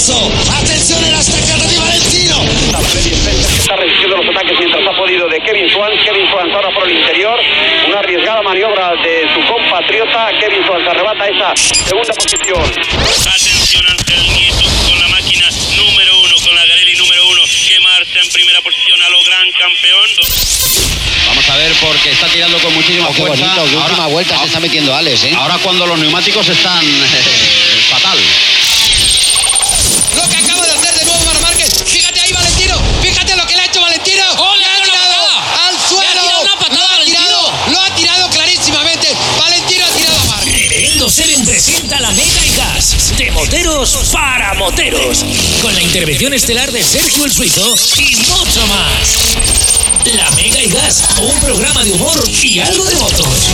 Alonso. Atención en hasta carrera de Valentino. Está resistiendo los ataques mientras ha podido de Kevin Schwantz. Kevin Schwantz ahora por el interior. Una arriesgada maniobra de su compatriota. Kevin Schwantz arrebata esa segunda posición. Atención Ángel Nieto con la máquina número 1, con la Garelli número 1, que marcha en primera posición a lo gran campeón. Vamos a ver porque está tirando con muchísima fuerza. Qué bonito, qué última vuelta se está metiendo Alex, ¿eh? Ahora cuando los neumáticos están fatal. Lo que acaba de hacer de nuevo Marc Márquez. Fíjate ahí Valentino. Fíjate lo que le ha hecho Valentino. ¡Oh, le ha tirado al suelo. Lo ha tirado clarísimamente. Valentino ha tirado a Márquez. Reverendo Seven presenta la Mega y Gas, de moteros para moteros, con la intervención estelar de Sergio el Suizo y mucho más. La Mega y Gas, un programa de humor y algo de motos.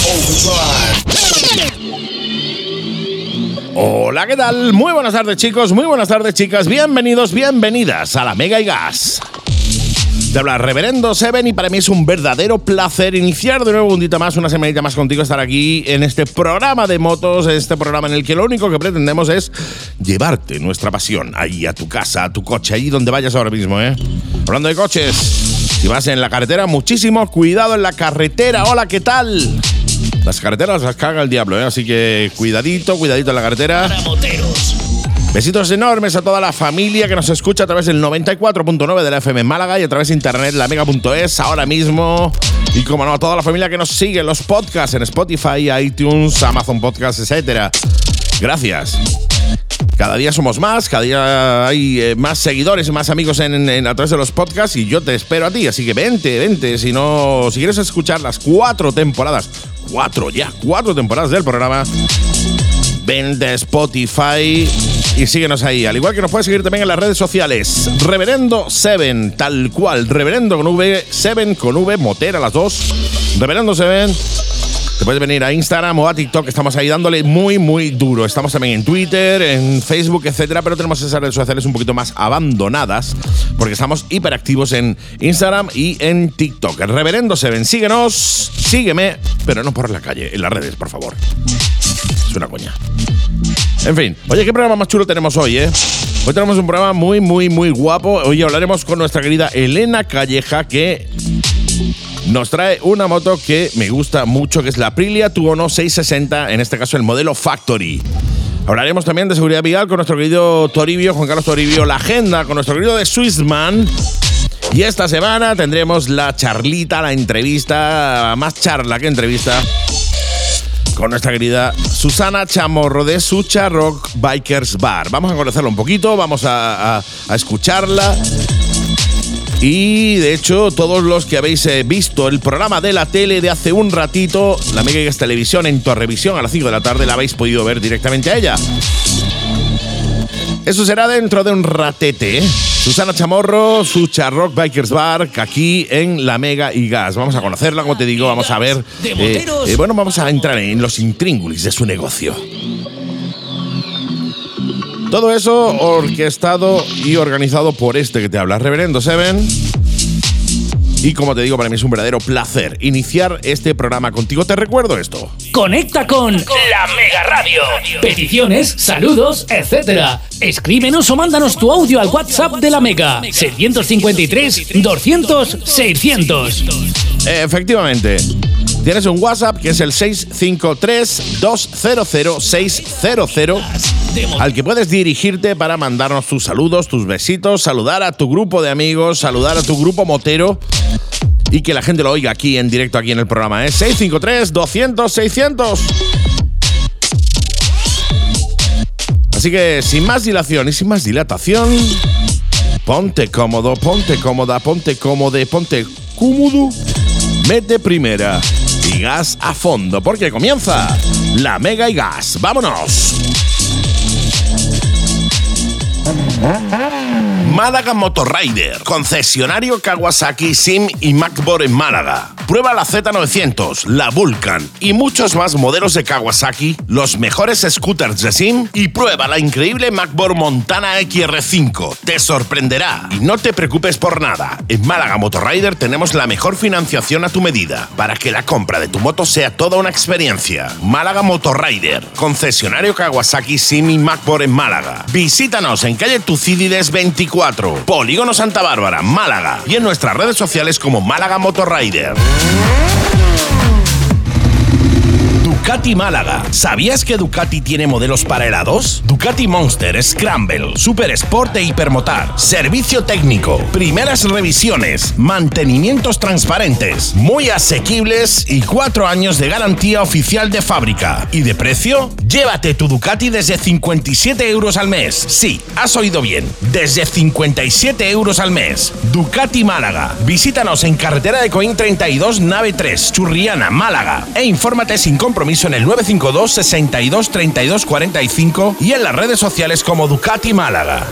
Hola, ¿qué tal? Muy buenas tardes, chicos, muy buenas tardes, chicas. Bienvenidos, bienvenidas a la Mega y Gas. Te habla Reverendo Seven y para mí es un verdadero placer iniciar de nuevo un día más, una semanita más contigo, estar aquí en este programa de motos, este programa en el que lo único que pretendemos es llevarte nuestra pasión ahí a tu casa, a tu coche, ahí donde vayas ahora mismo, ¿eh? Hablando de coches, si vas en la carretera, muchísimo cuidado en la carretera. Hola, ¿qué tal? Las carreteras las caga el diablo, ¿eh? Así que cuidadito, cuidadito en la carretera. Para moteros. Besitos enormes a toda la familia que nos escucha a través del 94.9 de la FM en Málaga y a través de internet, lamega.es, ahora mismo. Y como no, a toda la familia que nos sigue en los podcasts en Spotify, iTunes, Amazon Podcasts, etc. Gracias. Cada día somos más, cada día hay más seguidores y más amigos a través de los podcasts y yo te espero a ti. Así que vente. Si quieres escuchar las 4 temporadas, 4 temporadas del programa, vente a Spotify y síguenos ahí. Al igual que nos puedes seguir también en las redes sociales. Reverendo Seven, tal cual. Reverendo con V, Seven con V, motera las dos. Reverendo Seven. Te puedes venir a Instagram o a TikTok, estamos ahí dándole muy duro. Estamos también en Twitter, en Facebook, etcétera, pero tenemos esas redes sociales un poquito más abandonadas porque estamos hiperactivos en Instagram y en TikTok. El Reverendo Seven, síguenos, sígueme, pero no por la calle, en las redes, por favor. Es una coña. En fin, oye, ¿qué programa más chulo tenemos hoy, eh? Hoy tenemos un programa muy guapo. Hoy hablaremos con nuestra querida Elena Calleja, que nos trae una moto que me gusta mucho, que es la Aprilia Tuono 660, en este caso el modelo Factory. Hablaremos también de seguridad vial con nuestro querido Toribio, Juan Carlos Toribio, la agenda con nuestro querido de Swissman. Y esta semana tendremos la charlita, la entrevista, más charla que entrevista, con nuestra querida Susana Chamorro de Sucha Rock Bikers Bar. Vamos a conocerla un poquito, vamos a escucharla. Y de hecho, todos los que habéis visto el programa de la tele de hace un ratito, la Mega y Gas Televisión en Torrevisión a las 5 de la tarde, la habéis podido ver directamente a ella. Eso será dentro de un ratete, ¿eh? Susana Chamorro, Sucha Rock Bikers Bar, aquí en la Mega y Gas. Vamos a conocerla, como te digo, vamos a ver. Bueno, vamos a entrar en los intríngulis de su negocio. Todo eso orquestado y organizado por este que te habla, Reverendo Seven. Y como te digo, para mí es un verdadero placer iniciar este programa contigo. Te recuerdo esto. Conecta con la Mega Radio. Peticiones, saludos, etcétera. Escríbenos o mándanos tu audio al WhatsApp de la Mega. 653-200-600. Efectivamente. Tienes un WhatsApp que es el 653-200-600, al que puedes dirigirte para mandarnos tus saludos, tus besitos, saludar a tu grupo de amigos, saludar a tu grupo motero y que la gente lo oiga aquí en directo, aquí en el programa. 653-200-600. Así que sin más dilación y sin más dilatación, ponte cómodo, ponte cómoda, ponte cómodo, ponte cómodo, mete primera y gas a fondo, porque comienza la Mega y Gas. ¡Vámonos! Málaga Motorrider, concesionario Kawasaki, Sim y MacBoard en Málaga. Prueba la Z900, la Vulcan y muchos más modelos de Kawasaki, los mejores scooters de Sim y prueba la increíble MacBoard Montana XR5. Te sorprenderá y no te preocupes por nada. En Málaga Motorrider tenemos la mejor financiación a tu medida para que la compra de tu moto sea toda una experiencia. Málaga Motorrider, concesionario Kawasaki, Sim y MacBoard en Málaga. Visítanos en calle Tucídides 24, Polígono Santa Bárbara, Málaga y en nuestras redes sociales como Málaga Motorrider. Ducati Málaga. ¿Sabías que Ducati tiene modelos para helados? Ducati Monster, Scramble, Super Sport e Hipermotar. Servicio técnico, primeras revisiones, mantenimientos transparentes, muy asequibles y 4 años de garantía oficial de fábrica. ¿Y de precio? Llévate tu Ducati desde 57 euros al mes. Sí, has oído bien, desde 57 euros al mes. Ducati Málaga. Visítanos en carretera de Coín 32, nave 3, Churriana, Málaga. E infórmate sin compromiso en el 952 62 32 45 y en las redes sociales como Ducati Málaga.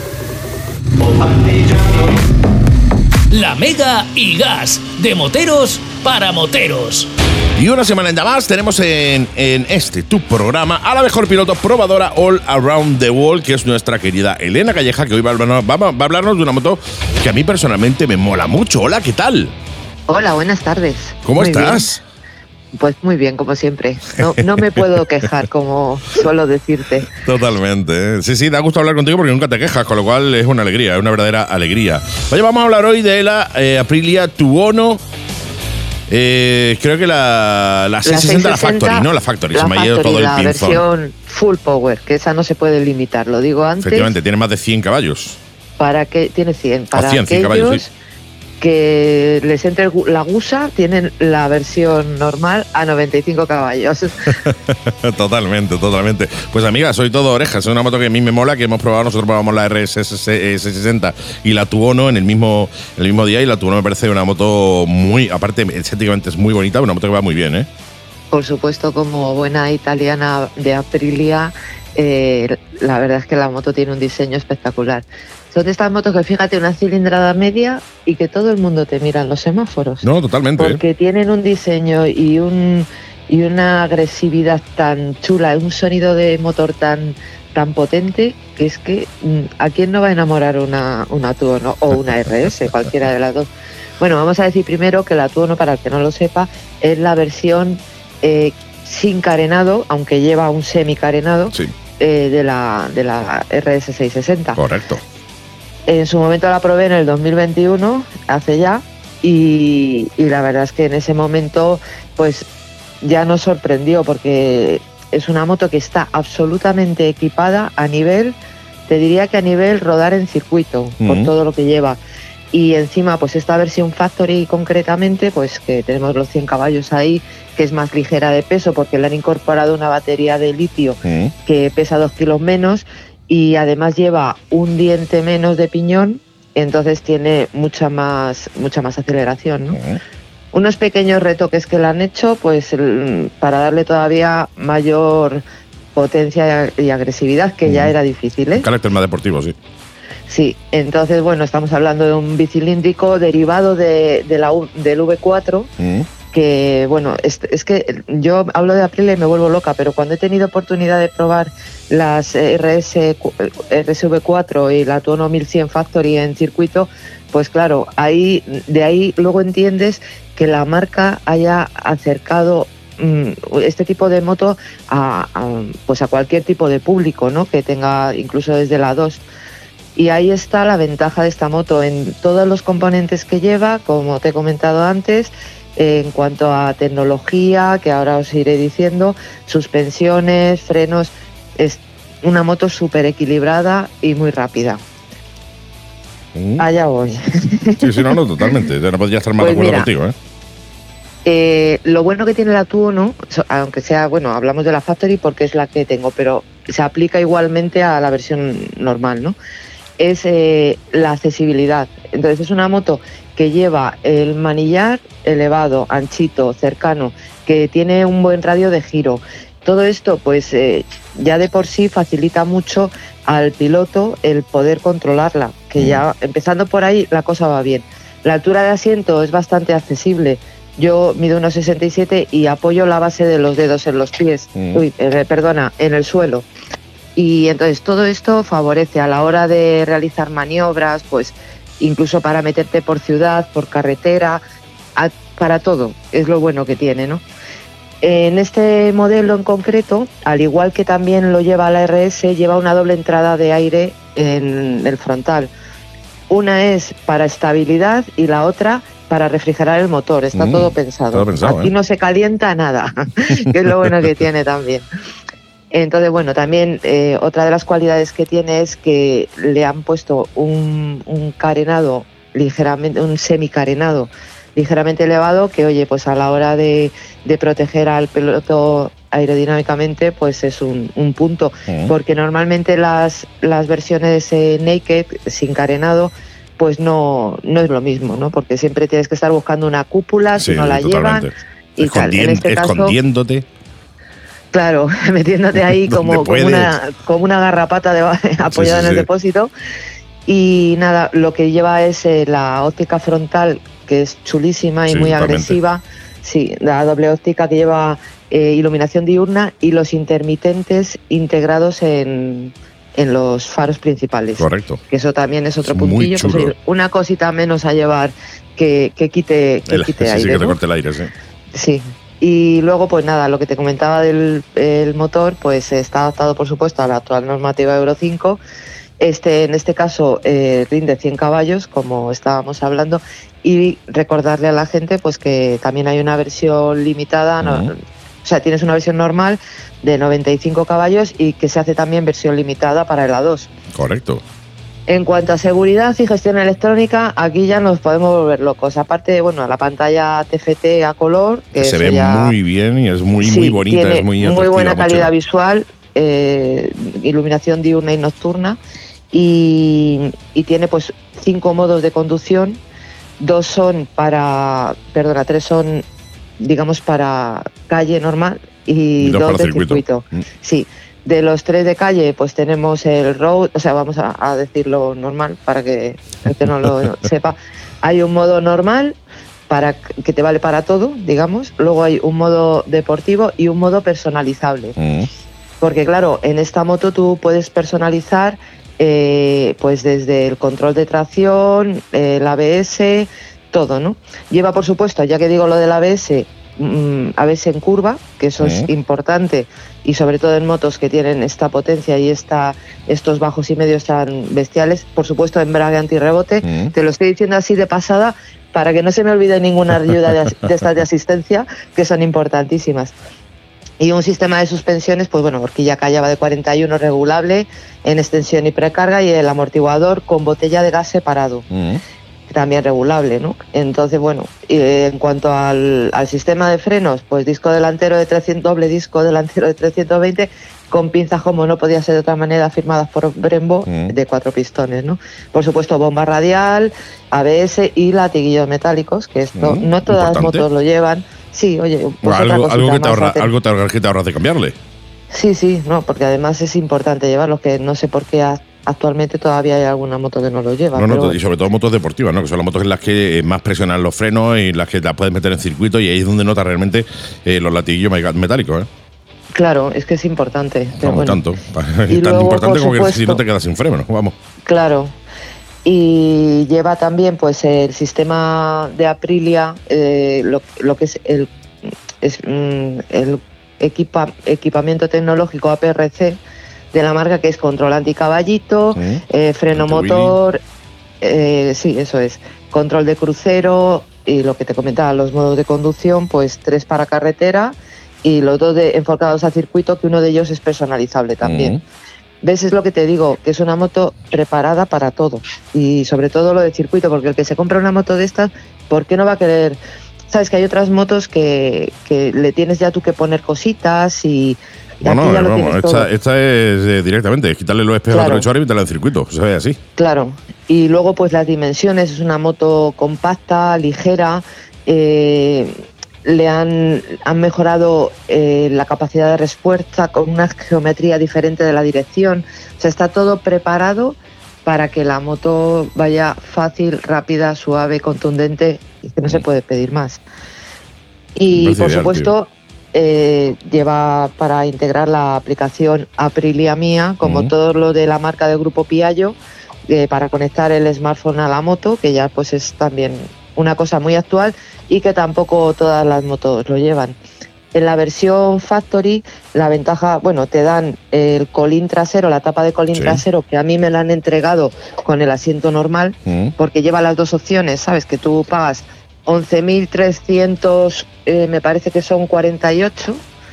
La Mega y Gas, de moteros para moteros. Y una semana más tenemos en este tu programa a la mejor piloto probadora All Around the World, que es nuestra querida Elena Calleja, que hoy va a hablarnos de una moto que a mí personalmente me mola mucho. Hola, ¿qué tal? Hola, buenas tardes. ¿Cómo estás? Bien. Pues muy bien, como siempre. No me puedo quejar, como suelo decirte. Totalmente. Sí, da gusto hablar contigo porque nunca te quejas, con lo cual es una alegría, es una verdadera alegría. Oye, vamos a hablar hoy de la Aprilia Tuono. Creo que la 660, la Factory, ¿no? La Factory, se me ha ido todo el pinzón. La versión Full Power, que esa no se puede limitar, lo digo antes. Efectivamente, tiene más de 100 caballos. Tiene 100. Para 100 caballos, sí. Que les entre la gusa, tienen la versión normal a 95 caballos. Totalmente. Pues amiga, soy todo orejas. Es una moto que a mí me mola, que hemos probado, nosotros probamos la RS660 y la Tuono en el mismo día, y la Tuono me parece una moto muy, aparte estéticamente es muy bonita, una moto que va muy bien, ¿eh? Por supuesto, como buena italiana de Aprilia, la verdad es que la moto tiene un diseño espectacular. Son de estas motos que, fíjate, una cilindrada media y que todo el mundo te mira en los semáforos. No, totalmente. Porque tienen un diseño y una agresividad tan chula, un sonido de motor tan potente, que es que ¿a quién no va a enamorar una Tuono o una RS, cualquiera de las dos? Bueno, vamos a decir primero que la Tuono, para el que no lo sepa, es la versión sin carenado, aunque lleva un semicarenado, sí, de la RS660. Correcto. En su momento la probé en el 2021, hace ya, y la verdad es que en ese momento pues ya nos sorprendió, porque es una moto que está absolutamente equipada a nivel, te diría que a nivel rodar en circuito, por todo lo que lleva. Y encima, pues esta versión Factory concretamente, pues que tenemos los 100 caballos ahí, que es más ligera de peso porque le han incorporado una batería de litio que pesa 2 kilos menos, y además lleva un diente menos de piñón, entonces tiene mucha más aceleración, ¿no? Unos pequeños retoques que le han hecho, pues para darle todavía mayor potencia y agresividad, que ya era difícil, ¿eh? Carácter más deportivo, sí. Sí, entonces, bueno, estamos hablando de un bicilíndrico derivado del V4, que, bueno, es que yo hablo de Aprilia y me vuelvo loca, pero cuando he tenido oportunidad de probar las RSV4 y la Tuono 1100 Factory en circuito, pues claro, de ahí luego entiendes que la marca haya acercado este tipo de moto a cualquier tipo de público, ¿no? Que tenga, incluso desde la 2. Y ahí está la ventaja de esta moto en todos los componentes que lleva, como te he comentado antes, en cuanto a tecnología, que ahora os iré diciendo, suspensiones, frenos. Es una moto súper equilibrada y muy rápida. Allá voy. Sí, no, totalmente. No podría estar más de acuerdo contigo, ¿eh? Lo bueno que tiene la Tuono, aunque sea, bueno, hablamos de la Factory porque es la que tengo, pero se aplica igualmente a la versión normal, ¿no? Es la accesibilidad. Entonces es una moto que lleva el manillar elevado, anchito, cercano, que tiene un buen radio de giro, Todo esto, pues ya de por sí facilita mucho al piloto el poder controlarla, que ya empezando por ahí la cosa va bien. La altura de asiento es bastante accesible. Yo mido 1,67 y apoyo la base de los dedos en los pies, en el suelo. Y entonces todo esto favorece a la hora de realizar maniobras, pues incluso para meterte por ciudad, por carretera, para todo, es lo bueno que tiene, ¿no? En este modelo en concreto, al igual que también lo lleva la RS, lleva una doble entrada de aire en el frontal. Una es para estabilidad y la otra para refrigerar el motor, está todo pensado. Todo pensado. Aquí no se calienta nada, que es lo bueno que tiene también. Entonces, bueno, también otra de las cualidades que tiene es que le han puesto un carenado ligeramente, un semicarenado ligeramente elevado, que oye, pues a la hora de proteger al piloto aerodinámicamente, pues es un punto, porque normalmente las versiones naked, sin carenado, pues no es lo mismo, ¿no? Porque siempre tienes que estar buscando una cúpula, si no la llevan, y tal. En este caso, escondiéndote. Claro, metiéndote ahí como una garrapata apoyada en el depósito. Y nada, lo que lleva es la óptica frontal, que es chulísima y muy agresiva. Sí, la doble óptica que lleva iluminación diurna y los intermitentes integrados en los faros principales. Correcto. Que eso también es otro puntillo, pues, una cosita menos a llevar que quite aire. Sí, que te corte el aire, sí. Sí. Y luego, pues nada, lo que te comentaba del motor, pues está adaptado, por supuesto, a la actual normativa Euro 5. En este caso rinde 100 caballos, como estábamos hablando, y recordarle a la gente pues que también hay una versión limitada, o sea, tienes una versión normal de 95 caballos y que se hace también versión limitada para el A2. Correcto. En cuanto a seguridad y gestión electrónica, aquí ya nos podemos volver locos. Aparte, bueno, la pantalla TFT a color, que se ve muy bien y es muy bonita, tiene es muy buena calidad visual, iluminación diurna y nocturna, y tiene pues 5 modos de conducción, 3 son, digamos, para calle normal y 2 de circuito. Sí. De los 3 de calle, pues tenemos el road, o sea, vamos a decirlo normal para que el que no lo sepa. Hay un modo normal que te vale para todo, digamos. Luego hay un modo deportivo y un modo personalizable. Porque claro, en esta moto tú puedes personalizar pues desde el control de tracción, el ABS, todo, ¿no? Lleva, por supuesto, ya que digo lo del ABS en curva, que eso es importante, y sobre todo en motos que tienen esta potencia y estos bajos y medios tan bestiales. Por supuesto, embrague antirrebote. Te lo estoy diciendo así de pasada para que no se me olvide ninguna ayuda de estas de asistencia, que son importantísimas. Y un sistema de suspensiones, pues bueno, horquilla callaba de 41 regulable en extensión y precarga, y el amortiguador con botella de gas separado. También regulable, ¿no? Entonces, bueno, en cuanto al sistema de frenos, pues disco delantero doble disco delantero de 320 con pinzas, como no podía ser de otra manera, firmadas por Brembo, de 4 pistones, ¿no? Por supuesto, bomba radial, ABS y latiguillos metálicos, que esto no todas las motos lo llevan. Sí, oye, pues algo que te ahorras de cambiarle. Sí, no, porque además es importante llevarlos, que no sé por qué actualmente todavía hay alguna moto que no lo lleva. No, y sobre todo motos deportivas, ¿no? Que son las motos en las que más presionan los frenos y las que las puedes meter en circuito, y ahí es donde notas realmente los latiguillos metálicos, ¿eh? Claro, es que es importante. No, bueno. Tanto. Es tan importante como que si no te quedas sin freno, vamos. Claro. Y lleva también pues el sistema de Aprilia, lo que es el equipamiento tecnológico APRC de la marca, que es control anticaballito, freno motor, sí, eso es, control de crucero, y lo que te comentaba, los modos de conducción, pues 3 para carretera y los 2 enfocados a circuito, que uno de ellos es personalizable también. ¿Ves? Es lo que te digo, que es una moto preparada para todo, y sobre todo lo de circuito, porque el que se compra una moto de estas, ¿por qué no va a querer? Sabes que hay otras motos que le tienes ya tú que poner cositas y... Bueno, esta es directamente, es quitarle los espejos retrovisores y meterla en circuito, se ve así. Claro, y luego pues las dimensiones, es una moto compacta, ligera, han mejorado la capacidad de respuesta con una geometría diferente de la dirección. O sea, está todo preparado para que la moto vaya fácil, rápida, suave, contundente, y que no se puede pedir más. Y por supuesto lleva para integrar la aplicación Aprilia Mia, como todo lo de la marca del grupo Piaggio, para conectar el smartphone a la moto, que ya pues es también una cosa muy actual y que tampoco todas las motos lo llevan. En la versión Factory, la ventaja, bueno, te dan el colín trasero, la tapa de colín trasero, que a mí me la han entregado con el asiento normal, porque lleva las dos opciones, ¿sabes? Que tú pagas 11.300, me parece que son 48,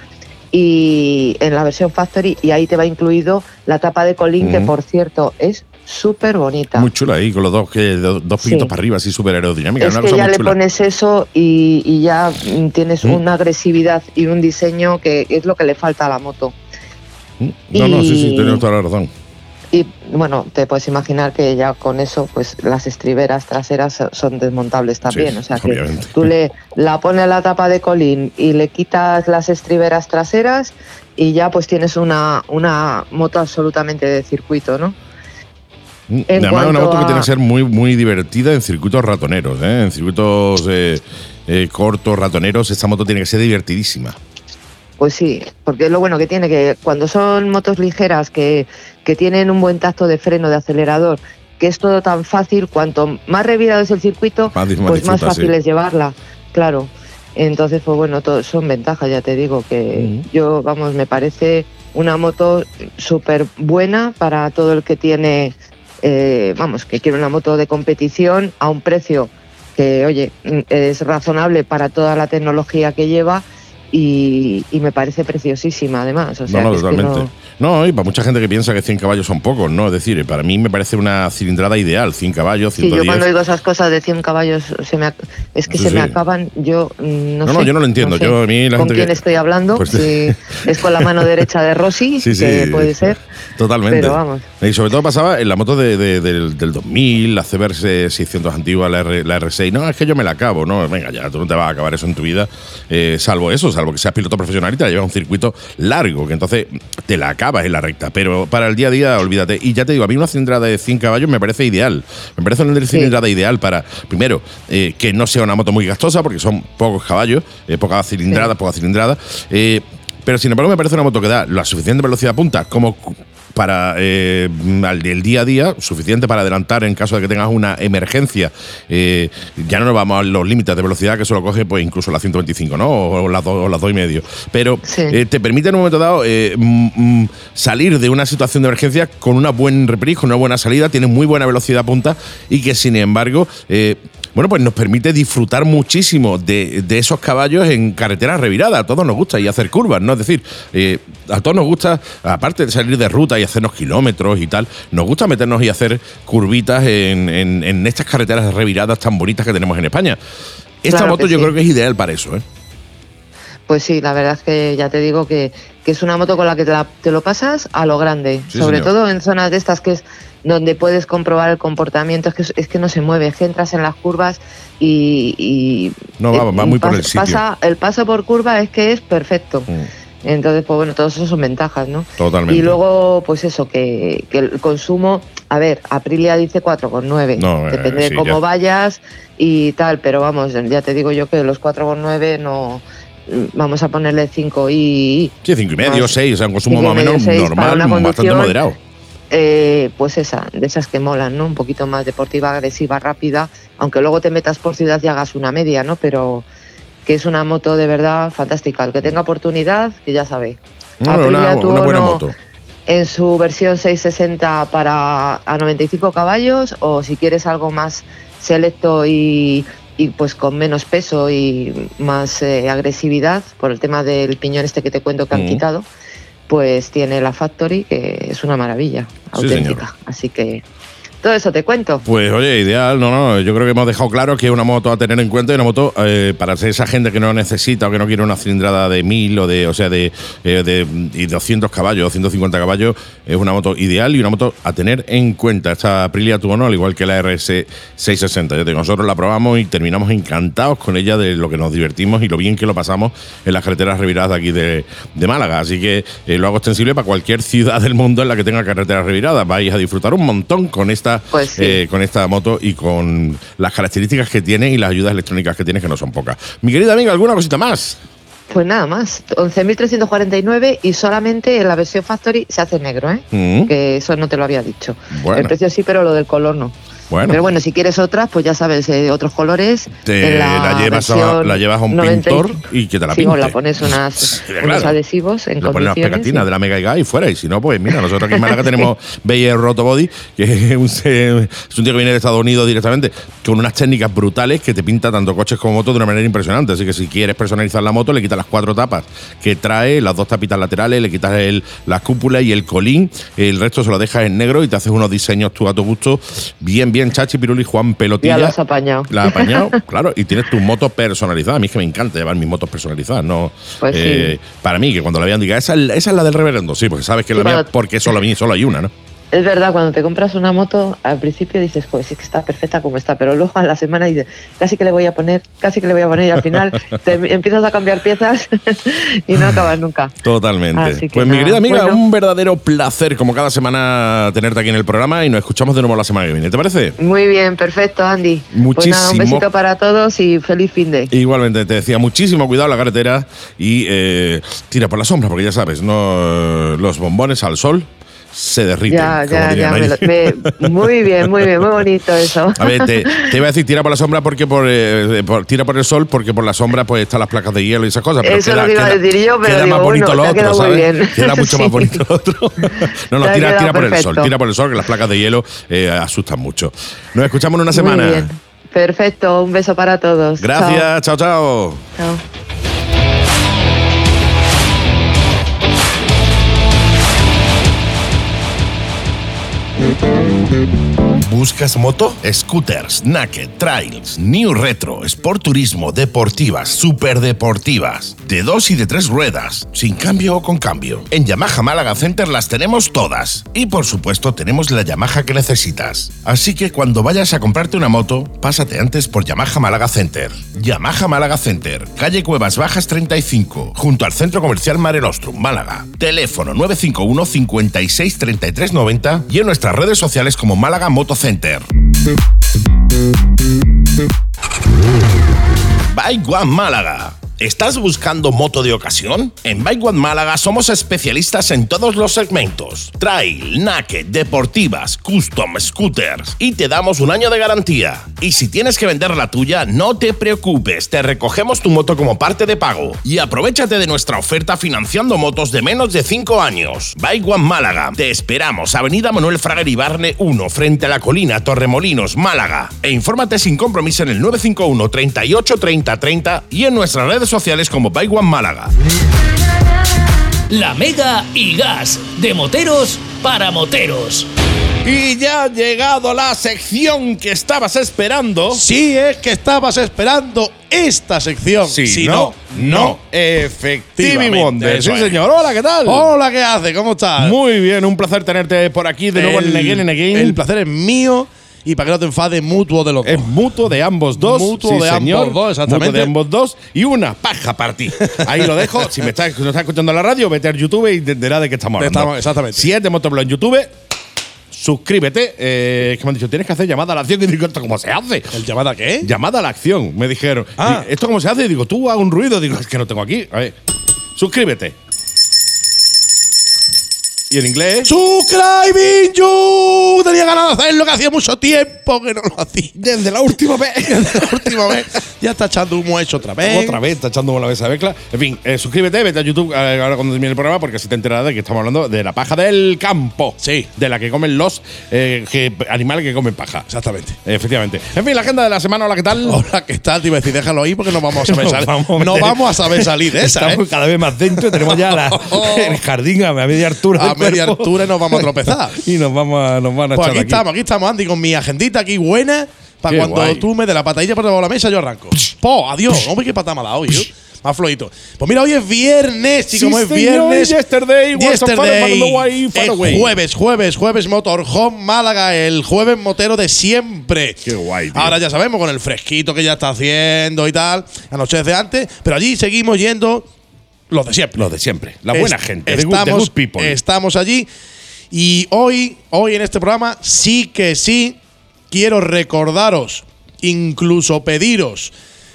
y en la versión Factory, y ahí te va incluido la tapa de colín, que por cierto es súper bonita. Muy chula ahí, con los dos piquitos para arriba, así súper aerodinamica. Es una que cosa ya muy le chula. pones eso y ya tienes una agresividad y un diseño que es lo que le falta a la moto. No, sí, tienes toda la razón. Y bueno, te puedes imaginar que ya con eso, pues las estriberas traseras son desmontables también. Sí, o sea que obviamente. tú la pones la tapa de colín y le quitas las estriberas traseras y ya pues tienes una moto absolutamente de circuito, ¿no? Además, es una moto que tiene que ser muy, muy divertida en circuitos ratoneros, en circuitos cortos, ratoneros. Esta moto tiene que ser divertidísima. Pues sí, porque es lo bueno que tiene, que cuando son motos ligeras que tienen un buen tacto de freno, de acelerador, que es todo tan fácil, cuanto más revirado es el circuito, pues más fácil es llevarla, claro. Entonces, pues bueno, son ventajas, ya te digo, que yo, vamos, me parece una moto súper buena para todo el que tiene, que quiere una moto de competición a un precio que, oye, es razonable para toda la tecnología que lleva. Y me parece preciosísima, además. O sea, no, que totalmente. Es que no... y para mucha gente que piensa que 100 caballos son pocos, ¿no? Es decir, para mí me parece una cilindrada ideal, 100 caballos, 110. Sí, yo cuando digo esas cosas de 100 caballos, se me acaban, yo no sé. No, yo no lo entiendo. No sé Yo, a mí, la ¿con gente quién que... estoy hablando? Pues... Si es con la mano derecha de Rossi, que puede ser. Totalmente. Pero vamos. Y sobre todo pasaba en la moto del 2000, la CBR 600 antigua, la R6. No, es que yo me la acabo, ¿no? Venga, ya, tú no te vas a acabar eso en tu vida, salvo que seas piloto profesional y te la llevas a un circuito largo, que entonces te la acabas en la recta. Pero para el día a día, olvídate. Y ya te digo, a mí una cilindrada de 100 caballos me parece ideal. Me parece una cilindrada ideal para, primero, que no sea una moto muy gastosa, porque son pocos caballos, poca cilindrada. Pero sin embargo me parece una moto que da la suficiente velocidad punta como para el día a día, suficiente para adelantar en caso de que tengas una emergencia. Ya no nos vamos a los límites de velocidad que solo coge pues incluso la 125, ¿no? O las 2,5. Pero te permite en un momento dado salir de una situación de emergencia con una buen reprise, con una buena salida, tiene muy buena velocidad punta y que sin embargo... pues nos permite disfrutar muchísimo de esos caballos en carreteras reviradas. A todos nos gusta y hacer curvas, ¿no? Es decir, a todos nos gusta, aparte de salir de ruta y hacernos kilómetros y tal, nos gusta meternos y hacer curvitas en estas carreteras reviradas tan bonitas que tenemos en España. Esta moto yo creo que es ideal para eso, ¿eh? Pues sí, la verdad es que ya te digo que es una moto con la que te lo pasas a lo grande. Sí, sobre señor. todo en zonas de estas que es donde puedes comprobar el comportamiento, es que no se mueve, es que entras en las curvas y no, va muy por el sitio. El paso por curva es que es perfecto. Entonces, pues bueno, todos esos son ventajas, ¿no? Totalmente. Y luego, pues eso, que el consumo, a ver, Aprilia dice 4,9. No, depende de cómo vayas y tal, pero vamos, ya te digo yo que los 4,9 no... Vamos a ponerle 5 y... Sí, 5,5, 6, o sea, un consumo más o menos 6, normal, bastante moderado. Pues de esas que molan, ¿no? Un poquito más deportiva, agresiva, rápida, aunque luego te metas por ciudad y hagas una media, ¿no? Pero que es una moto de verdad fantástica. El que tenga oportunidad, que ya sabe. Una buena moto. En su versión 660 a 95 caballos, o si quieres algo más selecto y pues con menos peso y más agresividad, por el tema del piñón que te cuento que han quitado, pues tiene la Factory, que es una maravilla auténtica. Señor. Así que Todo eso te cuento. Pues oye, ideal, yo creo que hemos dejado claro que es una moto a tener en cuenta y una moto para esa gente que no necesita o que no quiere una cilindrada de 1000 y 200 caballos, 250 caballos, es una moto ideal y una moto a tener en cuenta. Esta Aprilia Tuono, al igual que la RS660. Nosotros la probamos y terminamos encantados con ella de lo que nos divertimos y lo bien que lo pasamos en las carreteras reviradas de aquí de Málaga. Así que lo hago extensible para cualquier ciudad del mundo en la que tenga carreteras reviradas. Vais a disfrutar un montón con esta moto y con las características que tiene y las ayudas electrónicas que tiene, que no son pocas. Mi querida amiga, ¿alguna cosita más? Pues nada más, 11.349 y solamente en la versión Factory se hace negro, que eso no te lo había dicho. Bueno. El precio sí, pero lo del color no. Bueno. Pero bueno, si quieres otras, pues ya sabes, otros colores. La llevas a un pintor y que te la pinte. Sí, o la pones unos adhesivos en condiciones. Le pones unas pegatinas de la Mega y Gas y fuera. Y si no, pues mira, nosotros aquí en Málaga tenemos BR Rotobody, que es un tío que viene de Estados Unidos directamente, con unas técnicas brutales que te pinta tanto coches como motos de una manera impresionante. Así que si quieres personalizar la moto, le quitas las 4 tapas que trae, las 2 tapitas laterales, le quitas las cúpulas y el colín, el resto se lo dejas en negro y te haces unos diseños tú a tu gusto bien Chachi Piruli, Juan Pelotilla. Ya lo has apañado. La has apañado, claro, y tienes tu moto personalizada. A mí es que me encanta llevar mis motos personalizadas, ¿no? Pues sí. Para mí, que cuando la vean diga, esa es la del reverendo, sí, porque sabes que es la mía, porque solo hay una, ¿no? Es verdad, cuando te compras una moto, al principio dices, pues es que está perfecta como está, pero luego a la semana dices, casi que le voy a poner, y al final te empiezas a cambiar piezas y no acabas nunca. Totalmente. Pues mi querida amiga, un verdadero placer como cada semana tenerte aquí en el programa y nos escuchamos de nuevo la semana que viene, ¿te parece? Muy bien, perfecto, Andy. Muchísimo. Pues nada, un besito para todos y feliz fin de. Igualmente, te decía, muchísimo cuidado en la carretera y tira por la sombra, porque ya sabes, no los bombones al sol se derriten. Muy bien, muy bonito eso. A ver, te iba a decir tira por la sombra porque tira por el sol porque por la sombra pues están las placas de hielo y esas cosas. Pero eso es lo que iba a decir yo, pero queda más bonito lo otro, ¿sabes? Queda mucho más bonito lo otro. No, tira por el sol, tira por el sol, que las placas de hielo asustan mucho. Nos escuchamos en una semana. Muy bien. Perfecto, un beso para todos. Gracias, chao. Chao. ¿Buscas moto? Scooters, naked, trails, new retro, sport turismo, deportivas, superdeportivas, de 2 y de 3 ruedas, sin cambio o con cambio. En Yamaha Málaga Center las tenemos todas. Y por supuesto tenemos la Yamaha que necesitas. Así que cuando vayas a comprarte una moto, pásate antes por Yamaha Málaga Center. Yamaha Málaga Center, calle Cuevas Bajas 35, junto al Centro Comercial Mare Nostrum, Málaga. Teléfono 951 56 33 90 y en nuestras redes sociales como Málaga Moto Center. Bike One Málaga. ¿Estás buscando moto de ocasión? En Bike One Málaga somos especialistas en todos los segmentos: trail, naked, deportivas, custom, scooters, y te damos un año de garantía. Y si tienes que vender la tuya, no te preocupes, te recogemos tu moto como parte de pago. Y aprovechate de nuestra oferta financiando motos de menos de 5 años. Bike One Málaga. Te esperamos, Avenida Manuel Fraga Ibarne 1, frente a la colina Torremolinos, Málaga. E infórmate sin compromiso en el 951 38 30 30 y en nuestras redes sociales como Bike One Málaga. La Mega y Gas, de moteros para moteros. Y ya ha llegado la sección que estabas esperando. Sí, es que estabas esperando esta sección. Sí, si no. Efectivamente. Wonder. Sí, señor. Hola, ¿qué tal? Hola, ¿qué haces? ¿Cómo estás? Muy bien, un placer tenerte por aquí de nuevo en Again and Again. El placer es mío. Y para que no te enfades, mutuo de los dos. Es mutuo de ambos dos. Mutuo de ambos dos, exactamente. Mutuo de ambos dos. Y una paja para ti. Ahí lo dejo. Si no estás escuchando en la radio, vete a YouTube y entenderás de qué estamos hablando. Exactamente. Si es de Motoblog en YouTube, suscríbete. Que me han dicho, tienes que hacer llamada a la acción. Y digo, ¿esto cómo se hace? ¿El llamada a qué? Llamada a la acción, me dijeron. ¿Esto cómo se hace? Y digo, tú haz un ruido. Digo, es que no tengo aquí. A ver, suscríbete. ¿Y en inglés? ¡Subscribing you! Tenía ganas de hacerlo, que hacía mucho tiempo que no lo hacía. Desde la última vez. Ya está echando humo hecho otra vez. Está echando humo la vez a Becla. En fin, suscríbete, vete a YouTube ahora cuando termine el programa, porque así te enterarás de que estamos hablando de la paja del campo. Sí. De la que comen los animales que comen paja. Exactamente. Efectivamente. En fin, la agenda de la semana, hola, ¿qué tal? Hola, ¿qué tal? Te iba a decir, déjalo ahí porque no vamos a saber salir. No vamos a saber salir de esa. Estamos cada vez más dentro, tenemos ya el jardín a media altura. media altura y nos vamos a tropezar. Y nos van a Pues echar aquí estamos, Andy, con mi agendita aquí buena. Para Qué cuando guay. tú me des la patadilla por debajo de la mesa, yo arranco. ¡Po! ¡Adiós! Hombre, qué patada me ha dado hoy, más flojito. Pues mira, hoy es viernes, y Sí, como es señor, viernes. yesterday was a far away. Jueves Motorhome Málaga, el jueves motero de siempre. Qué guay, tío. Ahora ya sabemos, con el fresquito que ya está haciendo y tal, anochece antes, pero allí seguimos yendo los de siempre. Los de siempre. La buena gente. The good people. Estamos allí. Y hoy en este programa sí que sí quiero recordaros, incluso pediros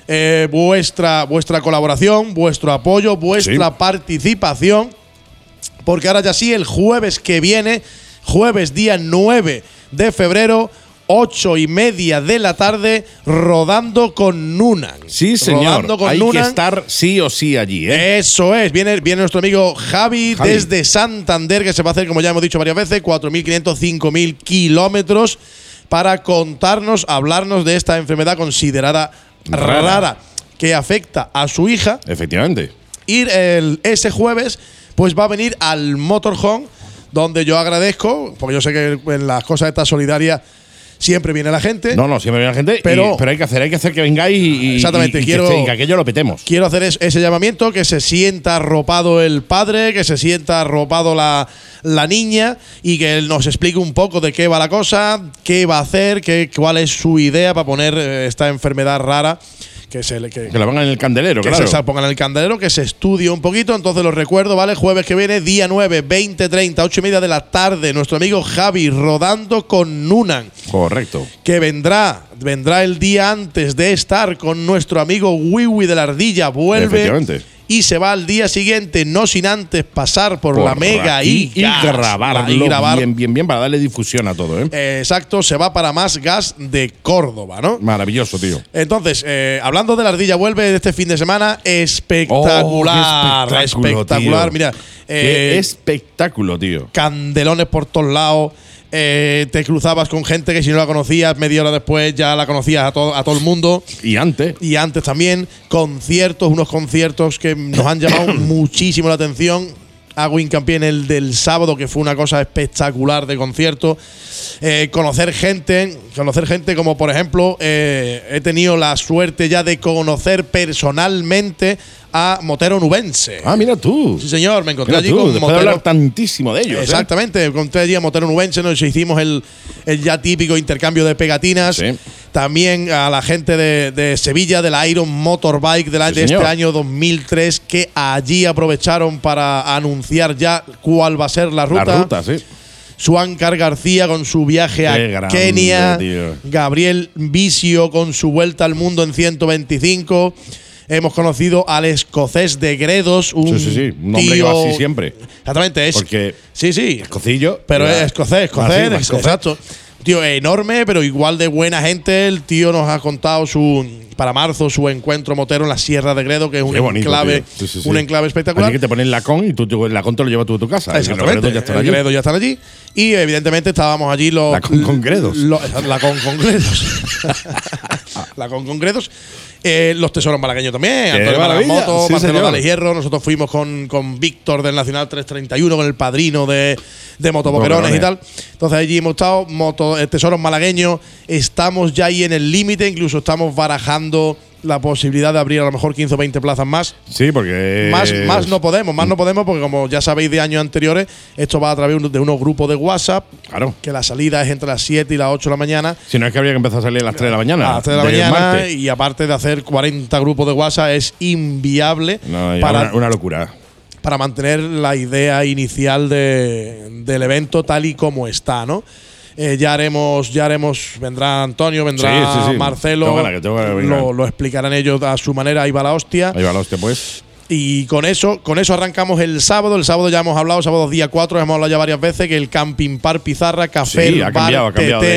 vuestra colaboración, vuestro apoyo, vuestra participación, porque ahora ya sí, el jueves que viene, jueves día 9 de febrero, 8:30 de la tarde, rodando con Nunan. Sí, señor. Rodando con Hay Nunan. que estar sí o sí allí, ¿eh? Eso es. Viene nuestro amigo Javi desde Santander, que se va a hacer, como ya hemos dicho varias veces, 4.500, 5.000 kilómetros para contarnos, hablarnos de esta enfermedad considerada rara que afecta a su hija. Efectivamente. Y ese jueves pues va a venir al Motorhome, donde yo agradezco, porque yo sé que en las cosas estas solidarias siempre viene la gente. No, siempre viene la gente, pero hay que hacer que vengáis y exactamente, y que aquello lo petemos. Quiero hacer ese llamamiento, que se sienta arropado el padre, que se sienta arropado la niña, y que él nos explique un poco de qué va la cosa, qué va a hacer, cuál es su idea para poner esta enfermedad rara. Que la pongan en el candelero, que claro. se pongan en el candelero, que se estudie un poquito. Entonces los recuerdo, ¿vale? Jueves que viene, día 9, 20:30, 8:30 de la tarde, nuestro amigo Javi rodando con Nunan. Correcto. Que vendrá el día antes de estar con nuestro amigo Wiwi de la Ardilla. Vuelve. Efectivamente. Y se va al día siguiente, no sin antes pasar por la Mega y Gas. grabarlo bien para darle difusión a todo, ¿eh? Exacto, se va para Más Gas de Córdoba, ¿no? Maravilloso, tío. Entonces, hablando de la Ardilla, vuelve de este fin de semana espectacular. Qué espectáculo, tío. Mira. Qué espectáculo, tío. Candelones por todos lados. Te cruzabas con gente que si no la conocías, media hora después ya la conocías a todo el mundo. Y antes. Y antes también. Unos conciertos que nos han llamado muchísimo la atención. Hago hincapié en el del sábado, que fue una cosa espectacular de concierto. Conocer gente como, por ejemplo, he tenido la suerte ya de conocer personalmente a Motero Nubense. Ah, mira tú. Sí, señor, me encontré Mira allí tú, con después Motero. de hablar tantísimo de ellos. Exactamente, me encontré allí a Motero Nubense, nos hicimos el ya típico intercambio de pegatinas. Sí. También a la gente de Sevilla, de la Iron Motorbike de este año 2003, que allí aprovecharon para anunciar ya cuál va a ser la ruta. La ruta, sí. Suancar García con su viaje a grande, Kenia. tío. Gabriel Vicio con su vuelta al mundo en 125. Hemos conocido al escocés de Gredos, un sí. Un hombre que va así siempre. Exactamente, es. Porque sí. Escocillo. Pero es escocés, así. exacto. Tío enorme, pero igual de buena gente. El tío nos ha contado para marzo su encuentro motero en la Sierra de Gredo, que es un enclave, un enclave espectacular. Así que te ponen Lacón y el Lacón te lo llevas tú a tu casa. Exactamente. El Gredo ya están allí. Y evidentemente estábamos allí los. Lacón con Gredos. Lacón con Gredos. Lacón con Gredos. Los tesoros malagueños también. Antonio Malamoto, Marcelo Dales Hierro. Nosotros fuimos con Víctor del Nacional 331, con el padrino de Motoboquerones y tal. Entonces allí hemos estado, tesoros malagueños. Estamos ya ahí en el límite, incluso estamos barajando la posibilidad de abrir a lo mejor 15 o 20 plazas más. Sí, porque más no podemos porque, como ya sabéis de años anteriores, esto va a través de unos grupos de WhatsApp. Claro. Que la salida es entre las 7 y las 8 de la mañana. Si no, es que habría que empezar a salir a las 3 de la mañana. A las 3 de la mañana, y aparte de hacer 40 grupos de WhatsApp, es inviable. No, una locura. Para mantener la idea inicial del evento tal y como está, ¿no? Ya haremos, vendrá Antonio, vendrá sí. Marcelo, lo explicarán ellos a su manera. Ahí va la hostia. Ahí va la hostia, pues. Y con eso arrancamos el sábado. El sábado ya hemos hablado, sábado día 4, hemos hablado ya varias veces, que el Camping Par Pizarra, Café, ha cambiado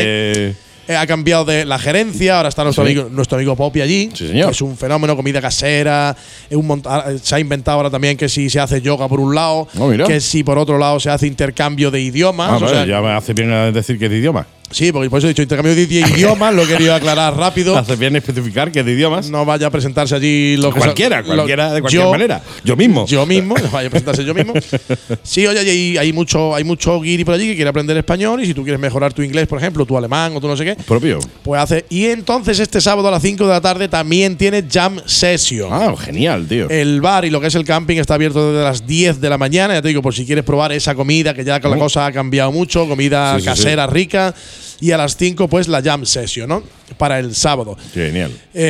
ha cambiado de la gerencia. Ahora está nuestro amigo Popi allí. Sí, señor. Es un fenómeno, comida casera. Se ha inventado ahora también que si se hace yoga por un lado, que si por otro lado se hace intercambio de idiomas. Ya me hace bien decir que es de idioma. Sí, porque por eso he dicho intercambio de idiomas, lo he querido aclarar rápido. Hace bien especificar que de idiomas. No vaya a presentarse allí los cualquiera, de cualquier manera. Yo mismo, no vaya a presentarse yo mismo. Sí, oye, hay mucho guiri por allí que quiere aprender español y si tú quieres mejorar tu inglés, por ejemplo, tu alemán o tu no sé qué. Propio. Pues hace. Y entonces este sábado a las 5 de la tarde también tiene Jam Session. Ah, genial, tío. El bar y lo que es el camping está abierto desde las 10 de la mañana. Ya te digo, por si quieres probar esa comida, que ya la cosa ha cambiado mucho, comida casera, rica. Y a las 5, pues la Jam Session, ¿no? Para el sábado. Genial.